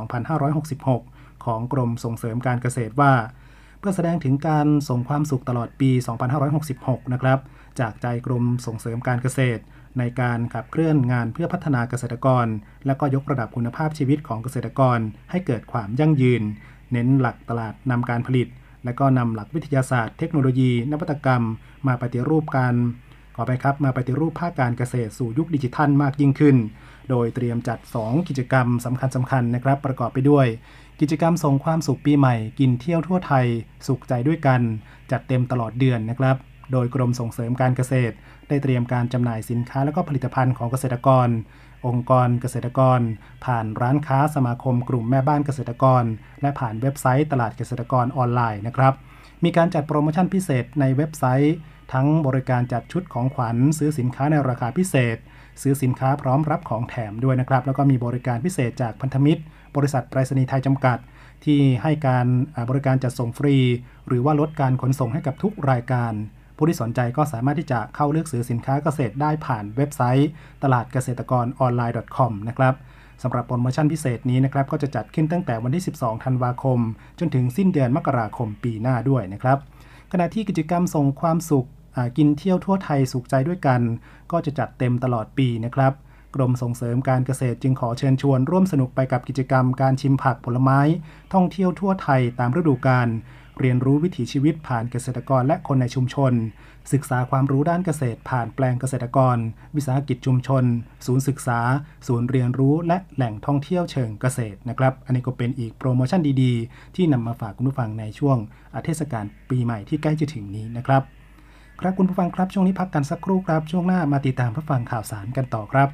2566ของกรมส่งเสริมการเกษตรว่าเพื่อแสดงถึงการส่งความสุขตลอดปี2566นะครับจากใจกรมส่งเสริมการเกษตรในการขับเคลื่อนงานเพื่อพัฒนาเกษตรกรและก็ยกระดับคุณภาพชีวิตของเกษตรกรให้เกิดความยั่งยืนเน้นหลักตลาดนำการผลิตและก็นำหลักวิทยาศาสตร์เทคโนโลยีนวัตกรรมมาปฏิรูปมาปฏิรูปภาคการเกษตรสู่ยุคดิจิทัลมากยิ่งขึ้นโดยเตรียมจัด2กิจกรรมสำคัญนะครับประกอบไปด้วยกิจกรรมส่งความสุขปีใหม่กินเที่ยวทั่วไทยสุขใจด้วยกันจัดเต็มตลอดเดือนนะครับโดยกรมส่งเสริมการเกษตรได้เตรียมการจำหน่ายสินค้าและก็ผลิตภัณฑ์ของเกษตรกรองค์กรเกษตรกรผ่านร้านค้าสมาคมกลุ่มแม่บ้านเกษตรกรและผ่านเว็บไซต์ตลาดเกษตรกรออนไลน์นะครับมีการจัดโปรโมชั่นพิเศษในเว็บไซต์ทั้งบริการจัดชุดของขวัญซื้อสินค้าในราคาพิเศษซื้อสินค้าพร้อมรับของแถมด้วยนะครับแล้วก็มีบริการพิเศษจากพันธมิตรบริษัทไปรษณีย์ไทยจำกัดที่ให้การบริการจัดส่งฟรีหรือว่าลดการขนส่งให้กับทุกรายการผู้ที่สนใจก็สามารถที่จะเข้าเลือกซื้อสินค้าเกษตรได้ผ่านเว็บไซต์ตลาดเกษตรกรออนไลน์ .com นะครับสำหรับโปรโมชั่นพิเศษนี้นะครับก็จะจัดขึ้นตั้งแต่วันที่12ธันวาคมจนถึงสิ้นเดือนมกราคมปีหน้าด้วยนะครับขณะที่กิจกรรมส่งความสุขกินเที่ยวทั่วไทยสุขใจด้วยกันก็จะจัดเต็มตลอดปีนะครับกรมส่งเสริมการเกษตรจึงขอเชิญชวนร่วมสนุกไปกับกิจกรรมการชิมผักผลไม้ท่องเที่ยวทั่วไทยตามฤดูกาลเรียนรู้วิถีชีวิตผ่านเกษตรกรและคนในชุมชนศึกษาความรู้ด้านเกษตรผ่านแปลงเกษตรกรวิสาหกิจชุมชนศูนย์ศึกษาศูนย์เรียนรู้และแหล่งท่องเที่ยวเชิงเกษตรนะครับอันนี้ก็เป็นอีกโปรโมชั่นดีๆที่นำมาฝากคุณผู้ฟังในช่วงเทศกาลปีใหม่ที่ใกล้จะถึงนี้นะครับครับคุณผู้ฟังครับช่วงนี้พักกันสักครู่ครับช่วงหน้ามาติดตามรับฟังข่าวสารกันต่อครับ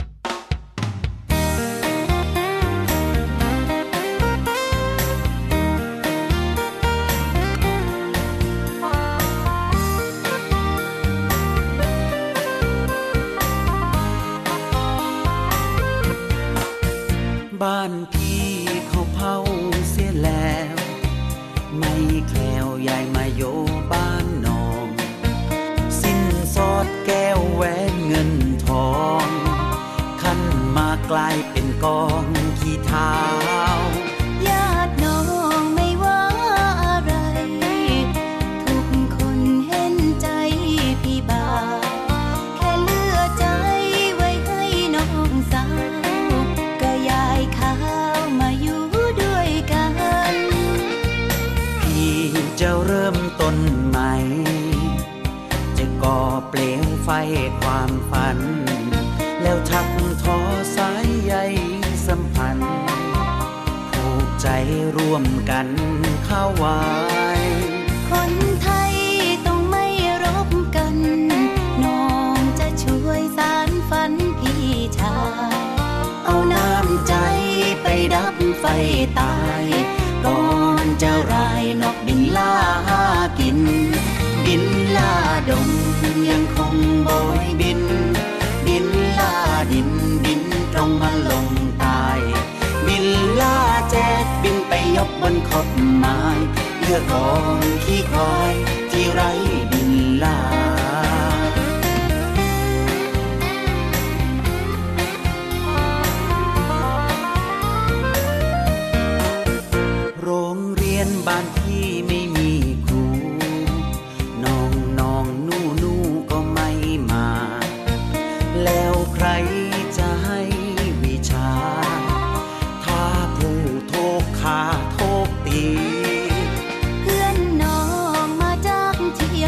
บ้านพี่เขาเผาเสียแล้วไม่แคล้วย้ายมาโยบ้านน้องสิ้นสอดแก้วแหวนเงินทองขันมากลายเป็นกองขี้เท้าญาติน้องไม่ว่าอะไรทุกคนเห็นใจพี่บ่าวแค่เหลือใจไว้ให้น้องสาวก็ย้ายข้าวมาอยู่ด้วยกันพี่จะเริ่มต้นใหม่จะก่อเปลวไฟความฝันแล้วทักทอสายใยสัมพันธ์ผูกใจร่วมกันเข้าไว้คนไทยต้องไม่รบกันน้องจะช่วยสานฝันพี่ชายเอาน้ำใจไปดับไฟตายก่อนจะรายนกบินล่ากินบินล่าดงยังคงโบยบินบินล่าดินบินตรงมาลงตายบินล่าแจ๊ดบินไปยกบนขอบไม้เลือกกองขี้ควายที่ไร้บินล่าโรงเรียนบ้านพี่ไม่มีครูน้องนู่ก็ไม่มาแล้วใครจะให้วิชาถ้าผู้โทษขาโทษตีเพื่อนน้องมาจากเที่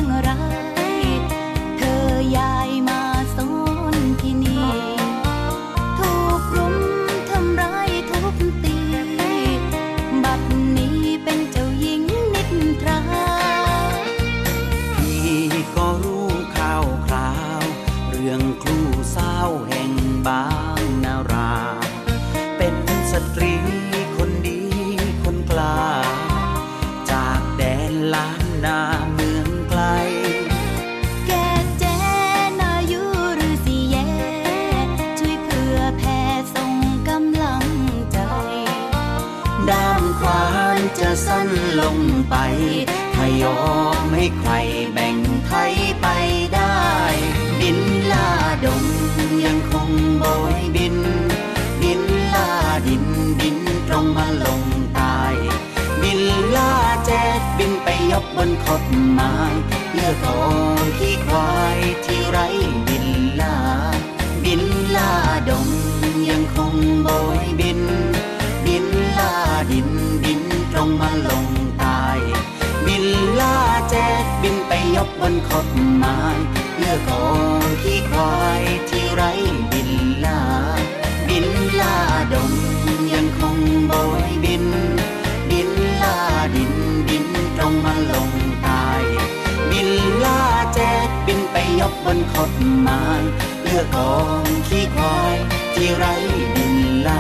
นาเมืองไกลแก่แจ้นายุหรือสิแย่ช่วยเพื่อแผ่ส่งกำลังใจด้ามขวานจะสั้นลงไปถ้ายอมให้ใครแบ่งไทยไปได้ดินล่าดงยังคงโบยบินดินล่าดินตรงมาลงตายบินล่าแจ๊ดบินไปยบบนขอบไม้เลือกของขี้ควายที่ไร้บินล่าดงยังคงโบยบินล่าดินตรงมาลงตายบินล่าแจ๊ดบินไปยบบนขอบไม้เลือกของขี้ควายที่ไร้บินล่าดงยังคงโบยบินล่าดินตรงมาลงตายบินล่าแจ๊ดบินไปยบบนขอบไม้เลือกของขี้ควายที่ไร้บินล่า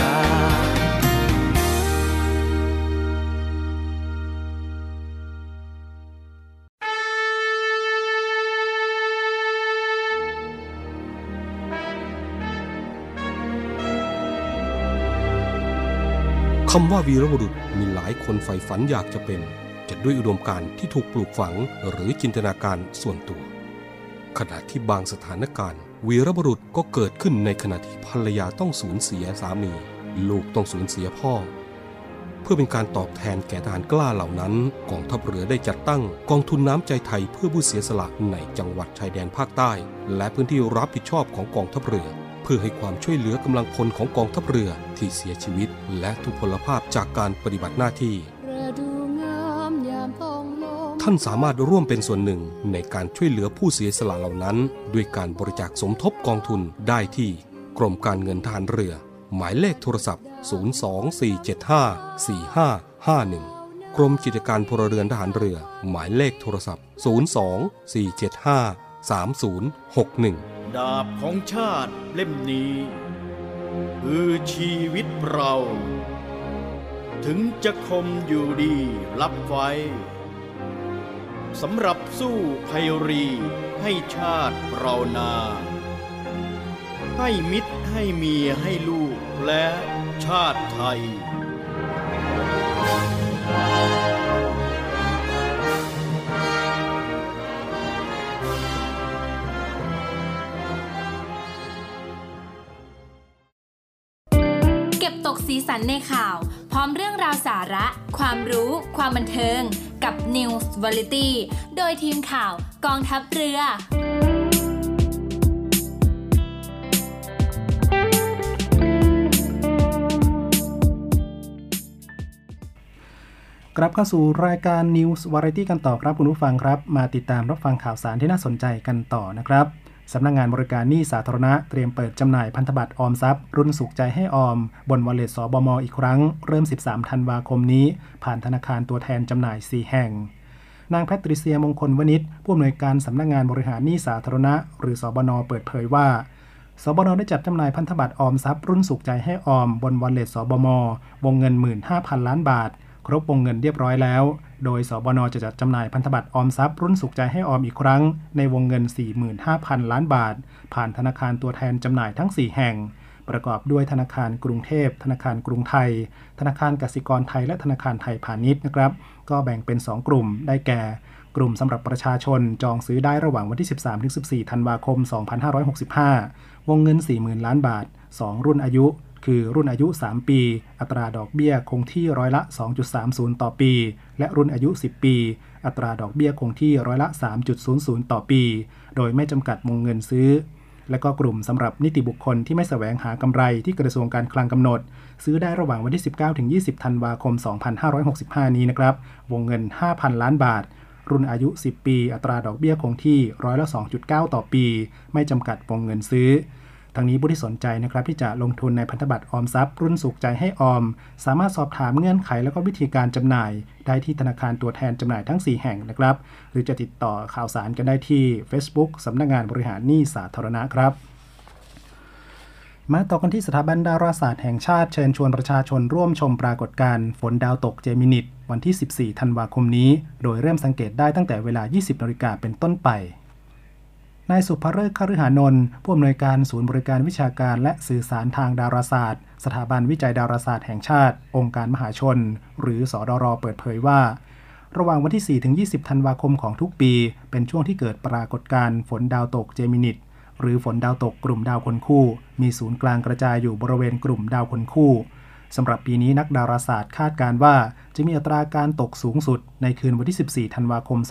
คำว่าวีรบุรุษมีหลายคนใฝ่ฝันอยากจะเป็นจะด้วยอุดมการณ์ที่ถูกปลูกฝังหรือจินตนาการส่วนตัวขณะที่บางสถานการณ์วีรบุรุษก็เกิดขึ้นในขณะที่ภรรยาต้องสูญเสียสามีลูกต้องสูญเสียพ่อเพื่อเป็นการตอบแทนแก่ทหารกล้าเหล่านั้นกองทัพเรือได้จัดตั้งกองทุนน้ำใจไทยเพื่อผู้เสียสละในจังหวัดชายแดนภาคใต้และพื้นที่รับผิดชอบของกองทัพเรือเพื่อให้ความช่วยเหลือกำลังพลของกองทัพเรือที่เสียชีวิตและทุพพลภาพจากการปฏิบัติหน้าที่ท่านสามารถร่วมเป็นส่วนหนึ่งในการช่วยเหลือผู้เสียสละเหล่านั้นด้วยการบริจาคสมทบกองทุนได้ที่กรมการเงินทหารเรือหมายเลขโทรศัพท์024754551กรมกิจการพลเรือนทหารเรือหมายเลขโทรศัพท์024753061 ดาบของชาติเล่มนี้คือชีวิตเราถึงจะคมอยู่ดีรับไว้สำหรับสู้ภัยรีให้ชาติเรานาให้มิตรให้เมียให้ลูกและชาติไทยเก็บตกสีสันในข่าวพร้อมเรื่องราวสาระความรู้ความบันเทิงกับ News Variety โดยทีมข่าวกองทัพเรือกลับเข้าสู่รายการ News Variety กันต่อครับคุณผู้ฟังครับมาติดตามรับฟังข่าวสารที่น่าสนใจกันต่อนะครับสำนักงานบริการหนี้สาธารณะเตรียมเปิดจำหน่ายพันธบัตรออมทรัพย์รุ่นสุขใจให้ออมบนวอลเล็ตสบม.อีกครั้งเริ่ม13ธันวาคมนี้ผ่านธนาคารตัวแทนจำหน่าย4แห่งนางแพทริเซียมงคลวณิชผู้อำนวยการสำนักงานบริหารหนี้สาธารณะหรือสบน.เปิดเผยว่าสบน.ได้จัดจำหน่ายพันธบัตรออมทรัพย์รุ่นสุขใจให้ออมบนวอลเล็ตสบม.วงเงิน 15,000 ล้านบาทครบวงเงินเรียบร้อยแล้วโดยสบน.จะจัดจำหน่ายพันธบัตรออมทรัพย์รุ่นสุขใจให้ออมอีกครั้งในวงเงิน 45,000 ล้านบาทผ่านธนาคารตัวแทนจำหน่ายทั้ง4แห่งประกอบด้วยธนาคารกรุงเทพธนาคารกรุงไทยธนาคารกสิกรไทยและธนาคารไทยพาณิชย์นะครับก็แบ่งเป็น2กลุ่มได้แก่กลุ่มสำหรับประชาชนจองซื้อได้ระหว่างวันที่ 13-14 ธันวาคม 2565 วงเงิน 40,000 ล้านบาท2รุ่นอายุคือรุ่นอายุ3ปีอัตราดอกเบี้ยคงที่ร้อยละ 2.30 ต่อปีและรุ่นอายุ10ปีอัตราดอกเบี้ยคงที่ร้อยละ 3.00 ต่อปีโดยไม่จำกัดวงเงินซื้อและก็กลุ่มสำหรับนิติบุคคลที่ไม่แสวงหากำไรที่กระทรวงการคลังกำหนดซื้อได้ระหว่างวันที่ 19-20 ธันวาคม 2565 นี้นะครับวงเงิน 5,000 ล้านบาทรุ่นอายุ10ปีอัตราดอกเบี้ยคงที่ร้อยละ 2.9 ต่อปีไม่จำกัดวงเงินซื้อทั้งนี้ผู้ที่สนใจนะครับที่จะลงทุนในพันธบัตรออมทรัพย์รุ่นสุขใจให้ออมสามารถสอบถามเงื่อนไขและก็วิธีการจำหน่ายได้ที่ธนาคารตัวแทนจำหน่ายทั้ง4แห่งนะครับหรือจะติดต่อข่าวสารกันได้ที่ Facebook สำนักงานบริหารหนี้สาธารณะครับมาต่อกันที่สถาบันดาราศาสตร์แห่งชาติเชิญชวนประชาชนร่วมชมปรากฏการณ์ฝนดาวตกเจมินิดวันที่ 14 ธันวาคมนี้โดยเริ่มสังเกตได้ตั้งแต่เวลา 20 นาฬิกาเป็นต้นไปนายสุภฤกษ์ คฤหานนท์ผู้อำนวยการศูนย์บริการวิชาการและสื่อสารทางดาราศาสตร์สถาบันวิจัยดาราศาสตร์แห่งชาติองค์การมหาชนหรือสดร.เปิดเผยว่าระหว่างวันที่ 4-20 ธันวาคมของทุกปีเป็นช่วงที่เกิดปรากฏการณ์ฝนดาวตกเจมินิดหรือฝนดาวตกกลุ่มดาวคนคู่มีศูนย์กลางกระจายอยู่บริเวณกลุ่มดาวคนคู่สำหรับปีนี้นักดาราศาสตร์คาดการณ์ว่าจะมีอัตราการตกสูงสุดในคืนวันที่ 14 ธันวาคม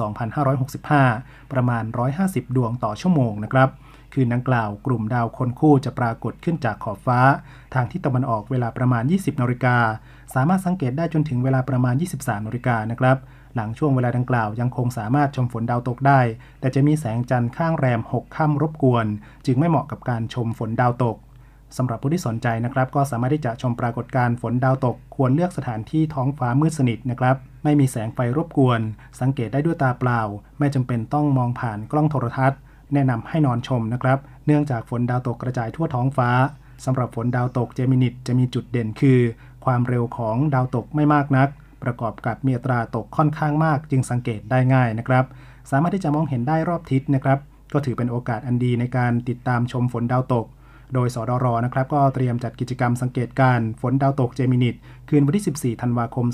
2565 ประมาณ 150 ดวงต่อชั่วโมงนะครับคืนดังกล่าวกลุ่มดาวคนคู่จะปรากฏขึ้นจากขอบฟ้าทางทิศตะวันออกเวลาประมาณ 20 นาฬิกาสามารถสังเกตได้จนถึงเวลาประมาณ 23 นาฬิกานะครับหลังช่วงเวลาดังกล่าวยังคงสามารถชมฝนดาวตกได้แต่จะมีแสงจันทร์ข้างแรม6 ค่ำรบกวนจึงไม่เหมาะกับการชมฝนดาวตกสำหรับผู้ที่สนใจนะครับก็สามารถที่จะชมปรากฏการณ์ฝนดาวตกควรเลือกสถานที่ท้องฟ้ามืดสนิทนะครับไม่มีแสงไฟรบกวนสังเกตได้ด้วยตาเปล่าไม่จำเป็นต้องมองผ่านกล้องโทรทัศน์แนะนำให้นอนชมนะครับเนื่องจากฝนดาวตกกระจายทั่วท้องฟ้าสำหรับฝนดาวตกเจมินิดจะมีจุดเด่นคือความเร็วของดาวตกไม่มากนักประกอบกับมีอัตราตกค่อนข้างมากจึงสังเกตได้ง่ายนะครับสามารถที่จะมองเห็นได้รอบทิศนะครับก็ถือเป็นโอกาสอันดีในการติดตามชมฝนดาวตกโดยสดร.นะครับก็เตรียมจัดกิจกรรมสังเกตการณ์ฝนดาวตกเจมินิดคืนวันที่ 14 ธันวาคม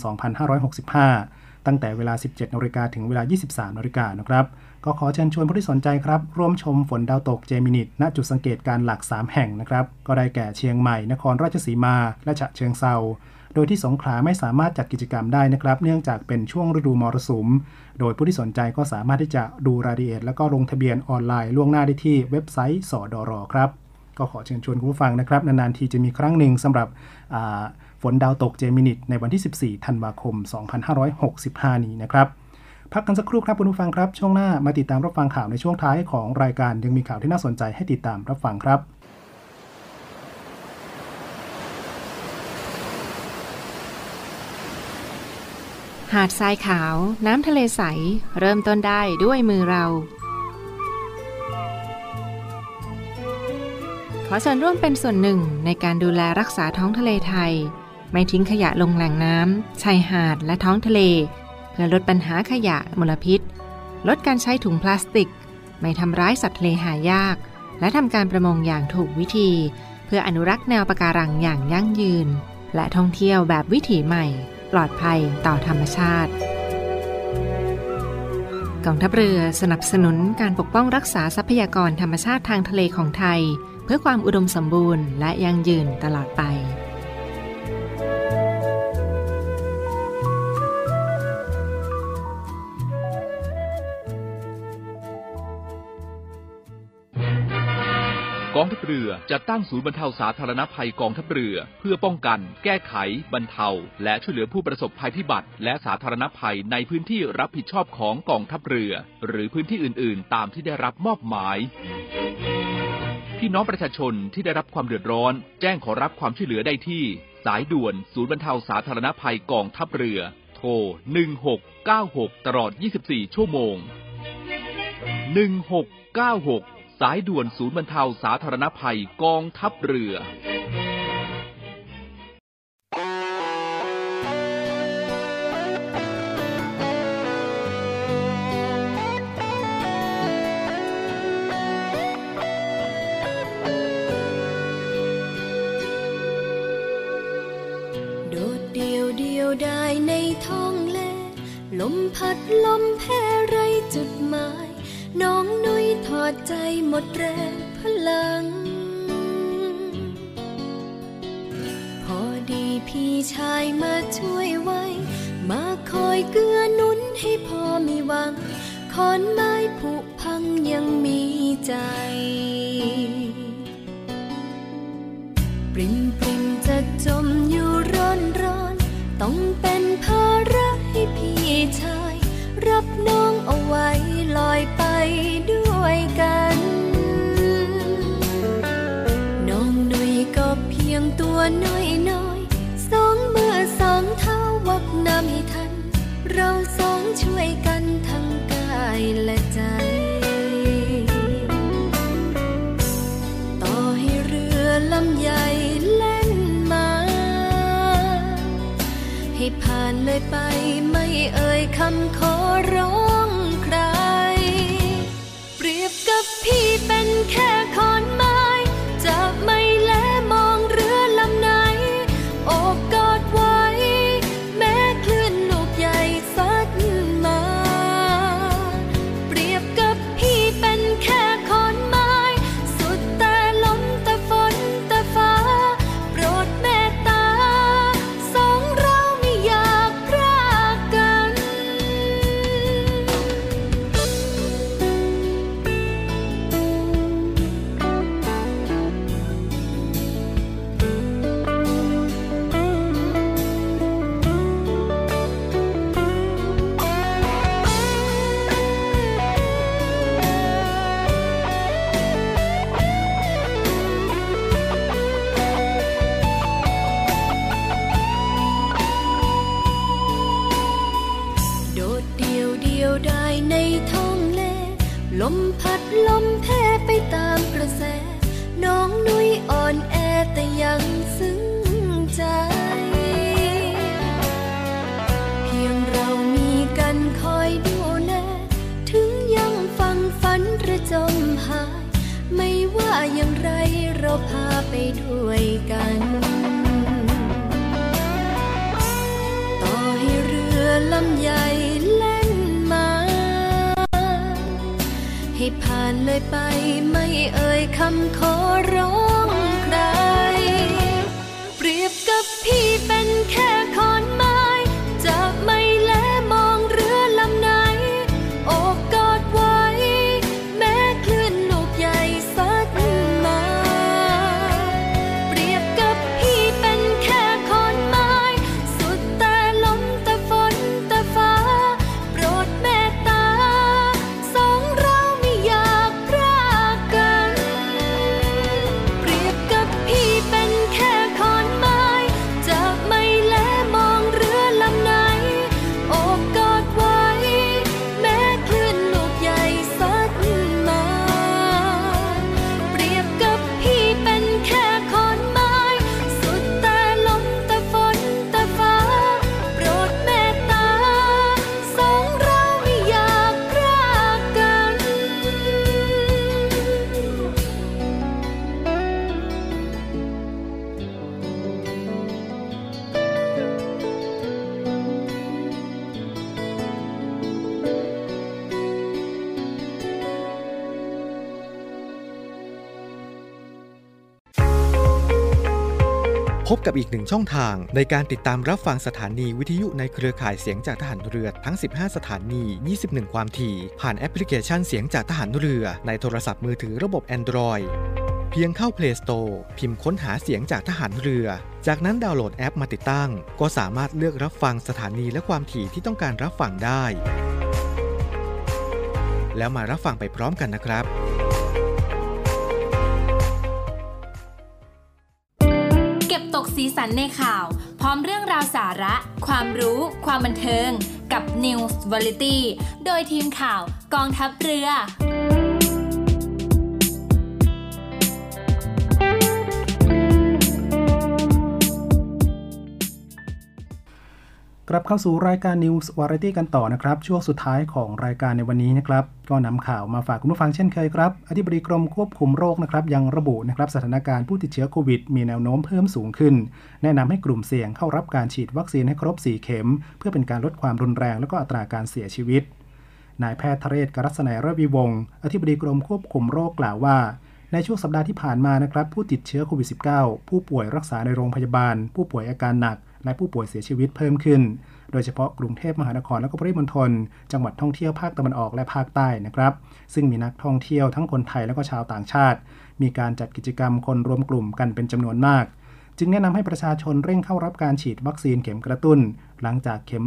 2565 ตั้งแต่เวลา 17 นาฬิกาถึงเวลา 23 นาฬิกานะครับก็ขอเชิญชวนผู้ที่สนใจครับร่วมชมฝนดาวตกเจมินิดณจุดสังเกตการณ์หลัก 3 แห่งนะครับก็ได้แก่เชียงใหม่นครราชสีมาและฉะเชิงเทราโดยที่สงขลาไม่สามารถจัดกิจกรรมได้นะครับเนื่องจากเป็นช่วงฤดูมรสุมโดยผู้ที่สนใจก็สามารถที่จะดูรายละเอียดแล้วก็ลงทะเบียนออนไลน์ล่วงหน้าได้ที่เว็บไซต์สดร.ครับก็ขอเชิญชวนคุณผู้ฟังนะครับนานๆทีจะมีครั้งหนึ่งสำหรับฝนดาวตกเจมินิดในวันที่ 14 ธันวาคม 2565 นี้นะครับพักกันสักครู่ครับคุณผู้ฟังครับช่วงหน้ามาติดตามรับฟังข่าวในช่วงท้ายของรายการยังมีข่าวที่น่าสนใจให้ติดตามรับฟังครับหาดทรายขาวน้ำทะเลใสเริ่มต้นได้ด้วยมือเราขอเชิญร่วมเป็นส่วนหนึ่งในการดูแลรักษาท้องทะเลไทยไม่ทิ้งขยะลงแหล่งน้ำชายหาดและท้องทะเลเพื่อลดปัญหาขยะมลพิษลดการใช้ถุงพลาสติกไม่ทำร้ายสัตว์ทะเลหายากและทำการประมงอย่างถูกวิธีเพื่ออนุรักษ์แนวปะการังอย่างยั่งยืนและท่องเที่ยวแบบวิถีใหม่ปลอดภัยต่อธรรมชาติกองทัพเรือสนับสนุนการปกป้องรักษาทรัพยากรธรรมชาติทางทะเลของไทยเพื่อความอุดมสมบูรณ์และยั่งยืนตลอดไปกองทัพเรือจะตั้งศูนย์บรรเทาสาธารณภัยกองทัพเรือเพื่อป้องกันแก้ไขบรรเทาและช่วยเหลือผู้ประสบภัยพิบัติและสาธารณภัยในพื้นที่รับผิดชอบของกองทัพเรือหรือพื้นที่อื่นๆตามที่ได้รับมอบหมายพี่น้องประชาชนที่ได้รับความเดือดร้อนแจ้งขอรับความช่วยเหลือได้ที่สายด่วนศูนย์บรรเทาสาธารณภัยกองทัพเรือโทร1696ตลอด24ชั่วโมง1696สายด่วนศูนย์บรรเทาสาธารณภัยกองทัพเรือโดดเดี่ยวเดียวได้ในท้องเลลมพัดลมแผ่ไรจุดหมายน้องนุ้ยถอดใจหมดแรงพลังพอดีพี่ชายมาช่วยไว้มาคอยเกื้อหนุนให้พอมีหวังขอนไม้ผุพังยังมีใจปริมปริมจะจมอยู่ร้อนร้อนต้องเป็นภาระให้พี่ชายรับน้องเอาไว้ลอยไปด้วยกันน้องนุ้ยก็เพียงตัวน้อยน้อยสองมือสองเท้าวักน้ำให้ทันเราสองช่วยกันทั้งกายและใจต่อให้เรือลำใหญ่เลยไปไม่เอ่ยคำขอร้องใครเปรียบกับพี่เป็นแค่ขอนไม้จะไม่แลมองเรือลำไหนโอบกอดไว้แม้คลื่นลูกใหญ่ซัดมาเปรียบกับพี่เป็นแค่ขอนไม้สุดแต่ลมแต่ฝนแต่ฟ้าโปรดเมตตาสองเราไม่อยากพรากกันโดดเดี่ยวเดียวได้ในท้องเลลมพัดลมแผ่ไปตามกระแสน้องนุ้ยอ่อนแอแต่ยังซึ้งใจเพียงเรามีกันคอยดูแลถึงยังฟังฝันระจมหายไม่ว่าอย่างไรเราพาไปด้วยกันต่อให้เรือลำใหญ่แล่นมาให้ผ่านเลยไปไม่เอ่ยคำขอร้องใครเปรียบกับพี่เป็นแค่ขอนไม้จะไม่แลมองเรือลำไหนโอบกอดไว้แม้คลื่นลูกใหญ่ซัดมาเปรียบกับพี่เป็นแค่ขอนไม้สุดแต่ลมแต่ฝนแต่ฟ้าโปรดเมตตาสองเราไม่อยากพรากกันเปรียบกับพี่เป็นแค่ขอนไม้จะไม่แลมองเรือลำไหนโอบกอดไว้แม้คลื่นลูกใหญ่ซัดมาเปรียบกับพี่เป็นแค่ขอนไม้สุดแต่ลมแต่ฝนแต่ฟ้าโปรดเมตตาสองเราไม่อยากพรากกันพบกับอีกหนึ่งช่องทางในการติดตามรับฟังสถานีวิทยุในเครือข่ายเสียงจากทหารเรือทั้ง 15 สถานี 21 ความถี่ผ่านแอปพลิเคชันเสียงจากทหารเรือในโทรศัพท์มือถือระบบ Android เพียงเข้า Play Store พิมพ์ค้นหาเสียงจากทหารเรือจากนั้นดาวน์โหลดแอปมาติดตั้งก็สามารถเลือกรับฟังสถานีและความถี่ที่ต้องการรับฟังได้แล้วมารับฟังไปพร้อมกันนะครับเก็บตกสีสันในข่าวพร้อมเรื่องราวสาระความรู้ความบันเทิงกับ News Variety โดยทีมข่าวกองทัพเรือกลับเข้าสู่รายการ News Variety กันต่อนะครับช่วงสุดท้ายของรายการในวันนี้นะครับก็นำข่าวมาฝากคุณผู้ฟังเช่นเคยครับอธิบดีกรมควบคุมโรคนะครับยังระบุนะครับสถานการณ์ผู้ติดเชื้อโควิดมีแนวโน้มเพิ่มสูงขึ้นแนะนำให้กลุ่มเสี่ยงเข้ารับการฉีดวัคซีนให้ครบ4เข็มเพื่อเป็นการลดความรุนแรงและก็อัตราการเสียชีวิตนายแพทย์ทเรศ กรัศนัยระวีวงศ์อธิบดีกรมควบคุมโรคกล่าวว่าในช่วงสัปดาห์ที่ผ่านมานะครับผู้ติดเชื้อโควิด -19 ผู้ป่วยรักษาในโรงพยาบาลผู้ป่วยอาการหนักและผู้ป่วยเสียชีวิตเพิ่มขึ้นโดยเฉพาะกรุงเทพมหานครและก็ปริมณฑลจังหวัดท่องเที่ยวภาคตะวันออกและภาคใต้นะครับซึ่งมีนักท่องเที่ยวทั้งคนไทยและก็ชาวต่างชาติมีการจัดกิจกรรมคนรวมกลุ่มกันเป็นจำนวนมากจึงแนะนำให้ประชาชนเร่งเข้ารับการฉีดวัคซีนเข็มกระตุ้นหลังจากเข็ม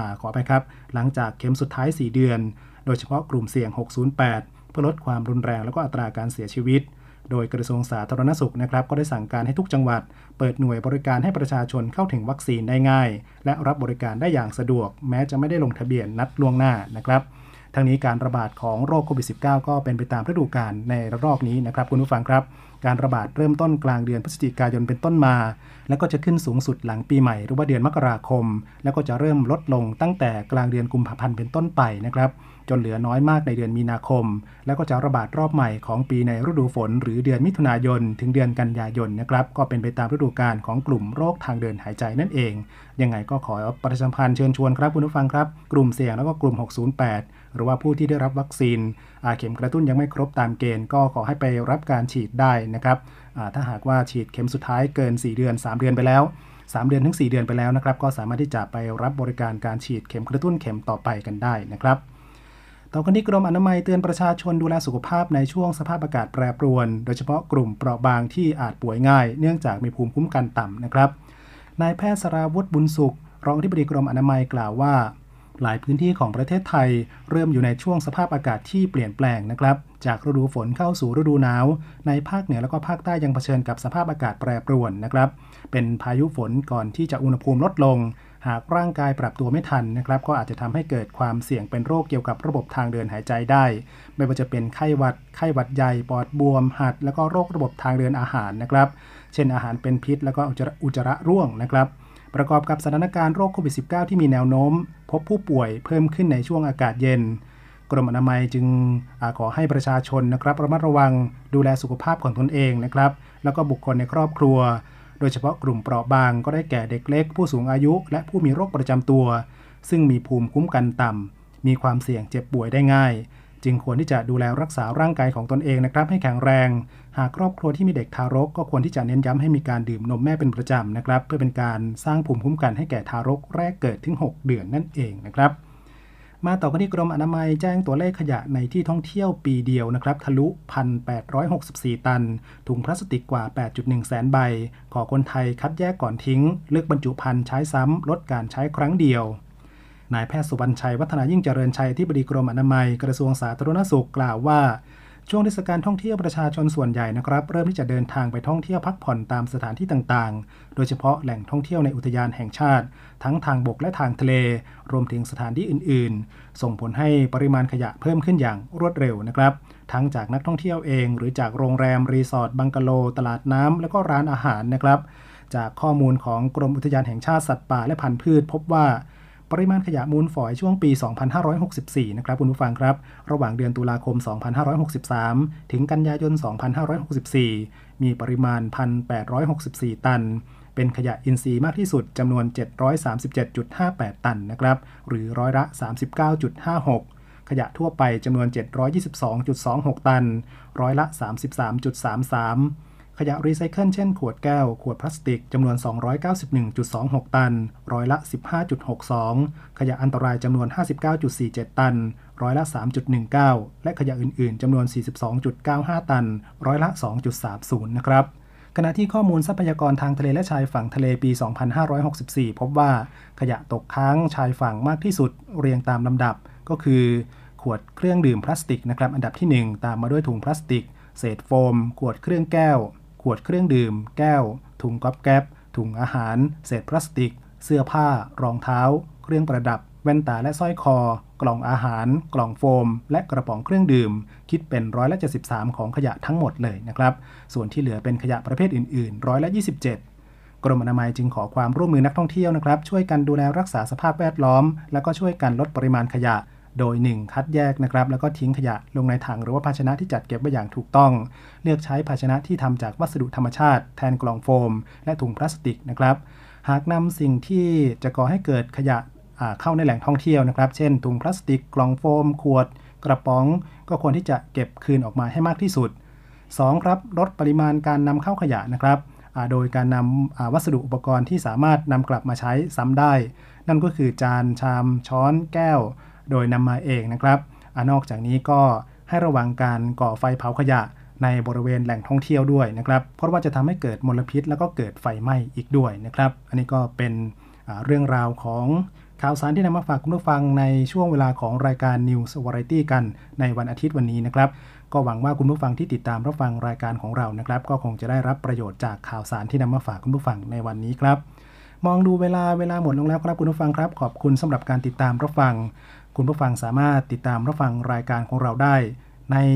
สุดท้าย4เดือนโดยเฉพาะกลุ่มเสี่ยง608เพื่อลดความรุนแรงและก็อัตราการเสียชีวิตโดยกระทรวงสาธารณสุขนะครับก็ได้สั่งการให้ทุกจังหวัดเปิดหน่วยบริการให้ประชาชนเข้าถึงวัคซีนได้ง่ายและรับบริการได้อย่างสะดวกแม้จะไม่ได้ลงทะเบียนนัดล่วงหน้านะครับทั้งนี้การระบาดของโรคโควิด -19 ก็เป็นไปตามฤดูกาลในระลอกนี้นะครับคุณผู้ฟังครับการระบาดเริ่มต้นกลางเดือนพฤศจิกายนเป็นต้นมาแล้วก็จะขึ้นสูงสุดหลังปีใหม่หรือว่าเดือนมกราคมแล้วก็จะเริ่มลดลงตั้งแต่กลางเดือนกุมภาพันธ์เป็นต้นไปนะครับจนเหลือน้อยมากในเดือนมีนาคมแล้วก็จะระบาดรอบใหม่ของปีในฤดูฝนหรือเดือนมิถุนายนถึงเดือนกันยายนนะครับก็เป็นไปตามฤดูกาลของกลุ่มโรคทางเดินหายใจนั่นเองยังไงก็ขอประชาสัมพันธ์เชิญชวนครับคุณผู้ฟังครับกลุ่มเสี่ยงแล้วก็กลุ่ม608หรือว่าผู้ที่ได้รับวัคซีนเข็มกระตุ้นยังไม่ครบตามเกณฑ์ก็ขอให้ไปรับการฉีดได้นะครับถ้าหากว่าฉีดเข็มสุดท้ายเกิน4เดือน3เดือนไปแล้ว3เดือนถึง4เดือนไปแล้วนะครับก็สามารถที่จะไปรับบริการการฉีดเข็มกระตุ้นเข็มต่อไปกันได้นะครับต่อกันที่กรมอนามัยเตือนประชาชนดูแลสุขภาพในช่วงสภาพอากาศแปรปรวนโดยเฉพาะกลุ่มเปราะบางที่อาจป่วยง่ายเนื่องจากมีภูมิคุ้มกันต่ำนะครับนายแพทย์สราวุฒิบุญสุขรองอธิบดีกรมอนามัยกล่าวว่าหลายพื้นที่ของประเทศไทยเริ่มอยู่ในช่วงสภาพอากาศที่เปลี่ยนแปลงนะครับจากฤดูฝนเข้าสู่ฤดูหนาวในภาคเหนือและก็ภาคใต้ยังเผชิญกับสภาพอากาศแปรปรวนนะครับเป็นพายุฝนก่อนที่จะอุณหภูมิลดลงหากร่างกายปรับตัวไม่ทันนะครับก็อาจจะทำให้เกิดความเสี่ยงเป็นโรคเกี่ยวกับระบบทางเดินหายใจได้ไม่ว่าจะเป็นไข้หวัดใหญ่ปอดบวมหัดแล้วก็โรคระบบทางเดินอาหารนะครับเช่นอาหารเป็นพิษแล้วก็อุจจาระร่วงนะครับประกอบกับสถานการณ์โรคโควิด -19 ที่มีแนวโน้มพบผู้ป่วยเพิ่มขึ้นในช่วงอากาศเย็นกรมอนามัยจึงขอให้ประชาชนนะครับระมัดระวังดูแลสุขภาพของตนเองนะครับแล้วก็บุคคลในครอบครัวโดยเฉพาะกลุ่มเปราะบางก็ได้แก่เด็กเล็กผู้สูงอายุและผู้มีโรคประจำตัวซึ่งมีภูมิคุ้มกันต่ำมีความเสี่ยงเจ็บป่วยได้ง่ายจึงควรที่จะดูแลรักษาร่างกายของตนเองนะครับให้แข็งแรงหากครอบครัวที่มีเด็กทารกก็ควรที่จะเน้นย้ำให้มีการดื่มนมแม่เป็นประจำนะครับเพื่อเป็นการสร้างภูมิคุ้มกันให้แก่ทารกแรกเกิดถึง6เดือนนั่นเองนะครับมาต่อกันที่กรมอนามัยแจ้งตัวเลขขยะในที่ท่องเที่ยวปีเดียวนะครับทะลุ 1,864 ตันถุงพลาสติกกว่า 8.1 แสนใบขอคนไทยคัดแยกก่อนทิ้งเลือกบรรจุภัณฑ์ใช้ซ้ำลดการใช้ครั้งเดียวนายแพทย์สุวรรณชัยวัฒนายิ่งเจริญชัยอธิบดีกรมอนามัยกระทรวงสาธารณสุขกล่าวว่าช่วงเทศกาลท่องเที่ยวประชาชนส่วนใหญ่นะครับเริ่มที่จะเดินทางไปท่องเที่ยวพักผ่อนตามสถานที่ต่างๆโดยเฉพาะแหล่งท่องเที่ยวในอุทยานแห่งชาติทั้งทางบกและทางทะเลรวมถึงสถานที่อื่นๆส่งผลให้ปริมาณขยะเพิ่มขึ้นอย่างรวดเร็วนะครับทั้งจากนักท่องเที่ยวเองหรือจากโรงแรมรีสอร์ทบังกะโลตลาดน้ำและก็ร้านอาหารนะครับจากข้อมูลของกรมอุทยานแห่งชาติสัตว์ป่าและพันธุ์พืชพบว่าปริมาณขยะมูลฝอยช่วงปี 2564 นะครับคุณผู้ฟังครับระหว่างเดือนตุลาคม 2563 ถึงกันยายน 2564 มีปริมาณ 1,864 ตันเป็นขยะอินทรีย์มากที่สุดจำนวน 737.58 ตันนะครับหรือร้อยละ 39.56 ขยะทั่วไปจำนวน 722.26 ตันร้อยละ 33.33ขยะรีไซเคิลเช่นขวดแก้วขวดพลาสติกจำนวน 291.26 ตันร้อยละ 15.62 ขยะอันตรายจำนวน 59.47 ตันร้อยละ 3.19 และขยะอื่นๆจำนวน 42.95 ตันร้อยละ 2.30 นะครับขณะที่ข้อมูลทรัพยากรทางทะเลและชายฝั่งทะเลปี 2564 พบว่าขยะตกค้างชายฝั่งมากที่สุดเรียงตามลำดับก็คือขวดเครื่องดื่มพลาสติกนะครับอันดับที่ 1 ตามมาด้วยถุงพลาสติกเศษโฟมขวดเครื่องแก้วขวดเครื่องดื่มแก้วถุงก๊อบแก๊บถุงอาหารเศษพลาสติกเสื้อผ้ารองเท้าเครื่องประดับแว่นตาและสร้อยคอกล่องอาหารกล่องโฟมและกระป๋องเครื่องดื่มคิดเป็น73%ของขยะทั้งหมดเลยนะครับส่วนที่เหลือเป็นขยะประเภทอื่นๆ27%กรมอนามัยจึงขอความร่วมมือนักท่องเที่ยวนะครับช่วยกันดูแลรักษาสภาพแวดล้อมแล้วก็ช่วยกันลดปริมาณขยะโดย 1. คัดแยกนะครับแล้วก็ทิ้งขยะลงในถังหรือว่าภาชนะที่จัดเก็บไว้อย่างถูกต้องเลือกใช้ภาชนะที่ทำจากวัสดุธรรมชาติแทนกล่องโฟมและถุงพลาสติกนะครับหากนำสิ่งที่จะก่อให้เกิดขยะเข้าในแหล่งท่องเที่ยวนะครับเช่นถุงพลาสติกกล่องโฟมขวดกระป๋องก็ควรที่จะเก็บคืนออกมาให้มากที่สุด 2. ครับลดปริมาณการนำเข้าขยะนะครับโดยการนำวัสดุอุปกรณ์ที่สามารถนำกลับมาใช้ซ้ำได้นั่นก็คือจานชามช้อนแก้วโดยนำมาเองนะครับนอกจากนี้ก็ให้ระวังการก่อไฟเผาขยะในบริเวณแหล่งท่องเที่ยวด้วยนะครับเพราะว่าจะทำให้เกิดมลพิษแล้วก็เกิดไฟไหม้อีกด้วยนะครับอันนี้ก็เป็นเรื่องราวของข่าวสารที่นำมาฝากคุณผู้ฟังในช่วงเวลาของรายการ News Variety กันในวันอาทิตย์วันนี้นะครับก็หวังว่าคุณผู้ฟังที่ติดตามรับฟังรายการของเรานะครับก็คงจะได้รับประโยชน์จากข่าวสารที่นำมาฝากคุณผู้ฟังในวันนี้ครับมองดูเวลาหมดลงแล้วครับคุณผู้ฟังครับขอบคุณสำหรับการติดตามรับฟังคุณผู้ฟังสามารถติดตามรับฟังรายการของเราได้ใน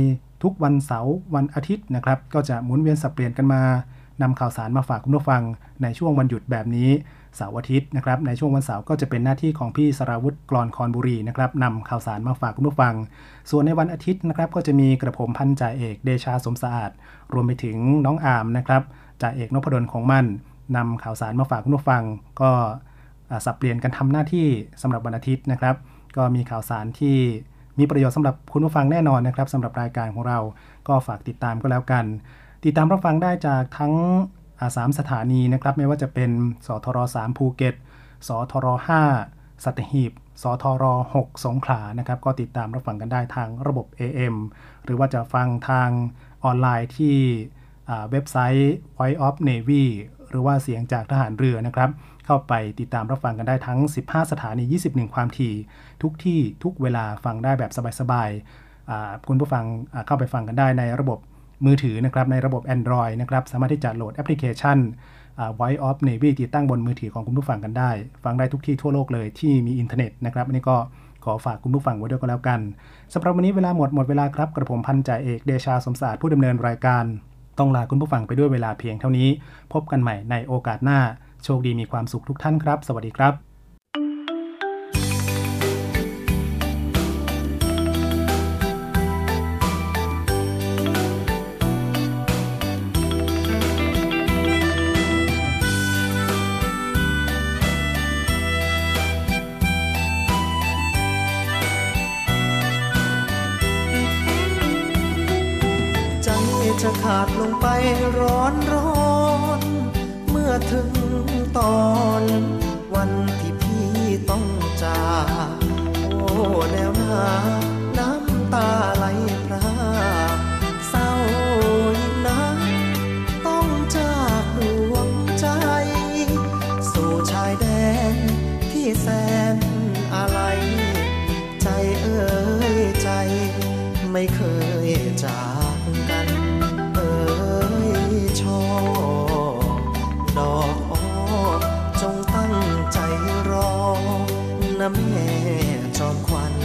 ทุกวันเสาร์วันอาทิตย์นะครับก็จะหมุนเวียนสับเปลี่ยนกันมานำข่าวสารมาฝากคุณผู้ฟังในช่วงวันหยุดแบบนี้เสาร์อาทิตย์นะครับในช่วงวันเสาร์ก็จะเป็นหน้าที่ของพี่สราวุธกลอนคอนบุรีนะครับนำข่าวสารมาฝากคุณผู้ฟังส่วนในวันอาทิตย์นะครับก็จะมีกระผมพันจ่าเอกเดชาสมสะอาดรวมไปถึงน้องอามนะครับจ่าเอกนพดลคงมั่นนำข่าวสารมาฝากคุณผู้ฟังก็สับเปลี่ยนกันทำหน้าที่สำหรับวันอาทิตย์นะครับก็มีข่าวสารที่มีประโยชน์สำหรับคุณผู้ฟังแน่นอนนะครับสำหรับรายการของเราก็ฝากติดตามก็แล้วกันติดตามรับฟังได้จากทั้ง3สถานีนะครับไม่ว่าจะเป็นสทร3ภูเก็ตสทร5สัตหีบสทร6สงขลานะครับก็ติดตามรับฟังกันได้ทางระบบ AM หรือว่าจะฟังทางออนไลน์ที่เว็บไซต์ Voice of Navy หรือว่าเสียงจากทหารเรือนะครับเข้าไปติดตามรับฟังกันได้ทั้ง15สถานี21ความถี่ทุกที่ทุกเวลาฟังได้แบบสบายๆคุณผู้ฟังเข้าไปฟังกันได้ในระบบมือถือนะครับในระบบ Android นะครับสามารถที่จะโหลดแอปพลิเคชัน Voice of Navy ติดตั้งบนมือถือของคุณผู้ฟังกันได้ฟังได้ทุกที่ทั่วโลกเลยที่มีอินเทอร์เน็ตนะครับอันนี้ก็ขอฝากคุณผู้ฟังไว้ด้วยก็แล้วกันสำหรับวันนี้เวลาหมดเวลาครับกระผมพันจ่าเอกเดชาสมสะอาดผู้ดำเนินรายการต้องลาคุณผู้ฟังไปด้วยเวลาเพียงเท่านี้พบกันใหม่ในโอกาสหน้าโชคดีมีความสุขทุกท่านครับสวัสดีครับจะขาดลงไปร้อนเมื่อถึงตอนวันที่พี่ต้องจากโอ้แนวหน้าน้ำตาไหลพรากเศร้ายิ่งนักต้องจากดวงใจสู่ชายแดนที่แสนอะไรใจเอ่ยใจไม่เคยจากกันดอกอ้อจงตั้งใจรอนะแม่จอมขวัญ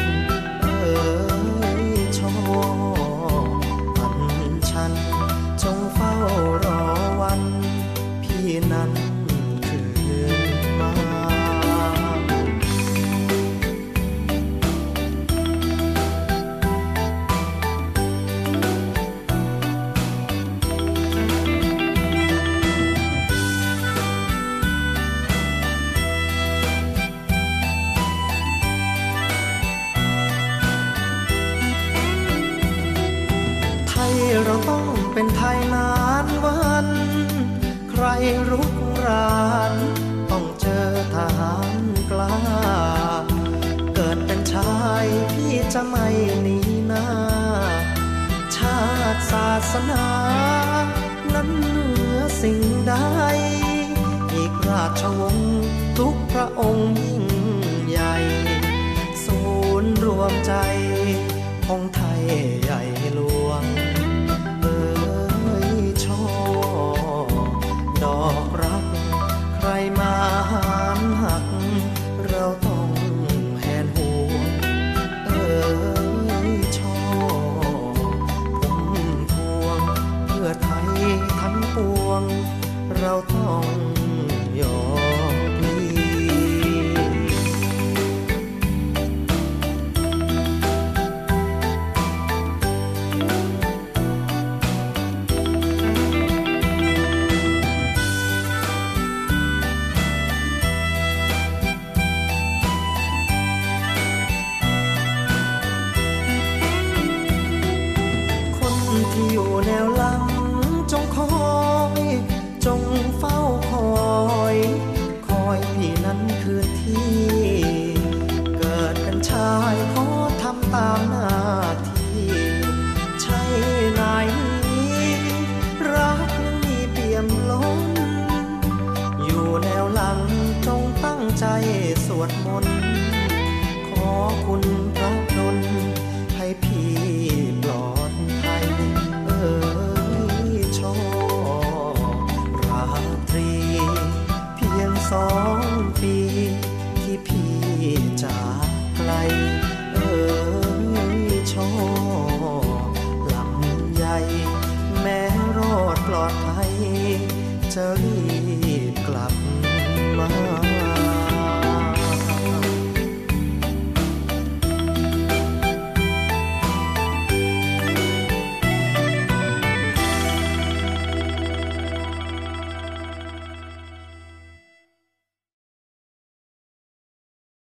ช่ออันฉันจงเฝ้ารอวันพี่นั้นคืนมาเราต้องเป็นไทยนานวันใครรุกรานต้องเจอทหารกล้าเกิดเป็นชายพี่จะไม่หนีหน้าชาติศาสนานั้นเหนือสิ่งใดอีกราชวงศ์ทุกพระองค์ยิ่งใหญ่ศูนย์รวมใจของไทยใหญ่หลวงดอกรักใครมาหักเราต้องแหนห่วงช่อผมพวงเพื่อไทยทั้งปวงเราต้องยอมพลีที่อยู่แนวหลังจงคอยจงเฝ้าคอยพี่นั้นคืนที่เกิดเป็นชายขอทำตามหน้าที่ใช่นายนี้รักมีเปี่ยมล้นอยู่แนวหลังจงตั้งใจสวดมนต์ขอคุณพระดลให้พี่ปลอดภัยจะรีบกลับมา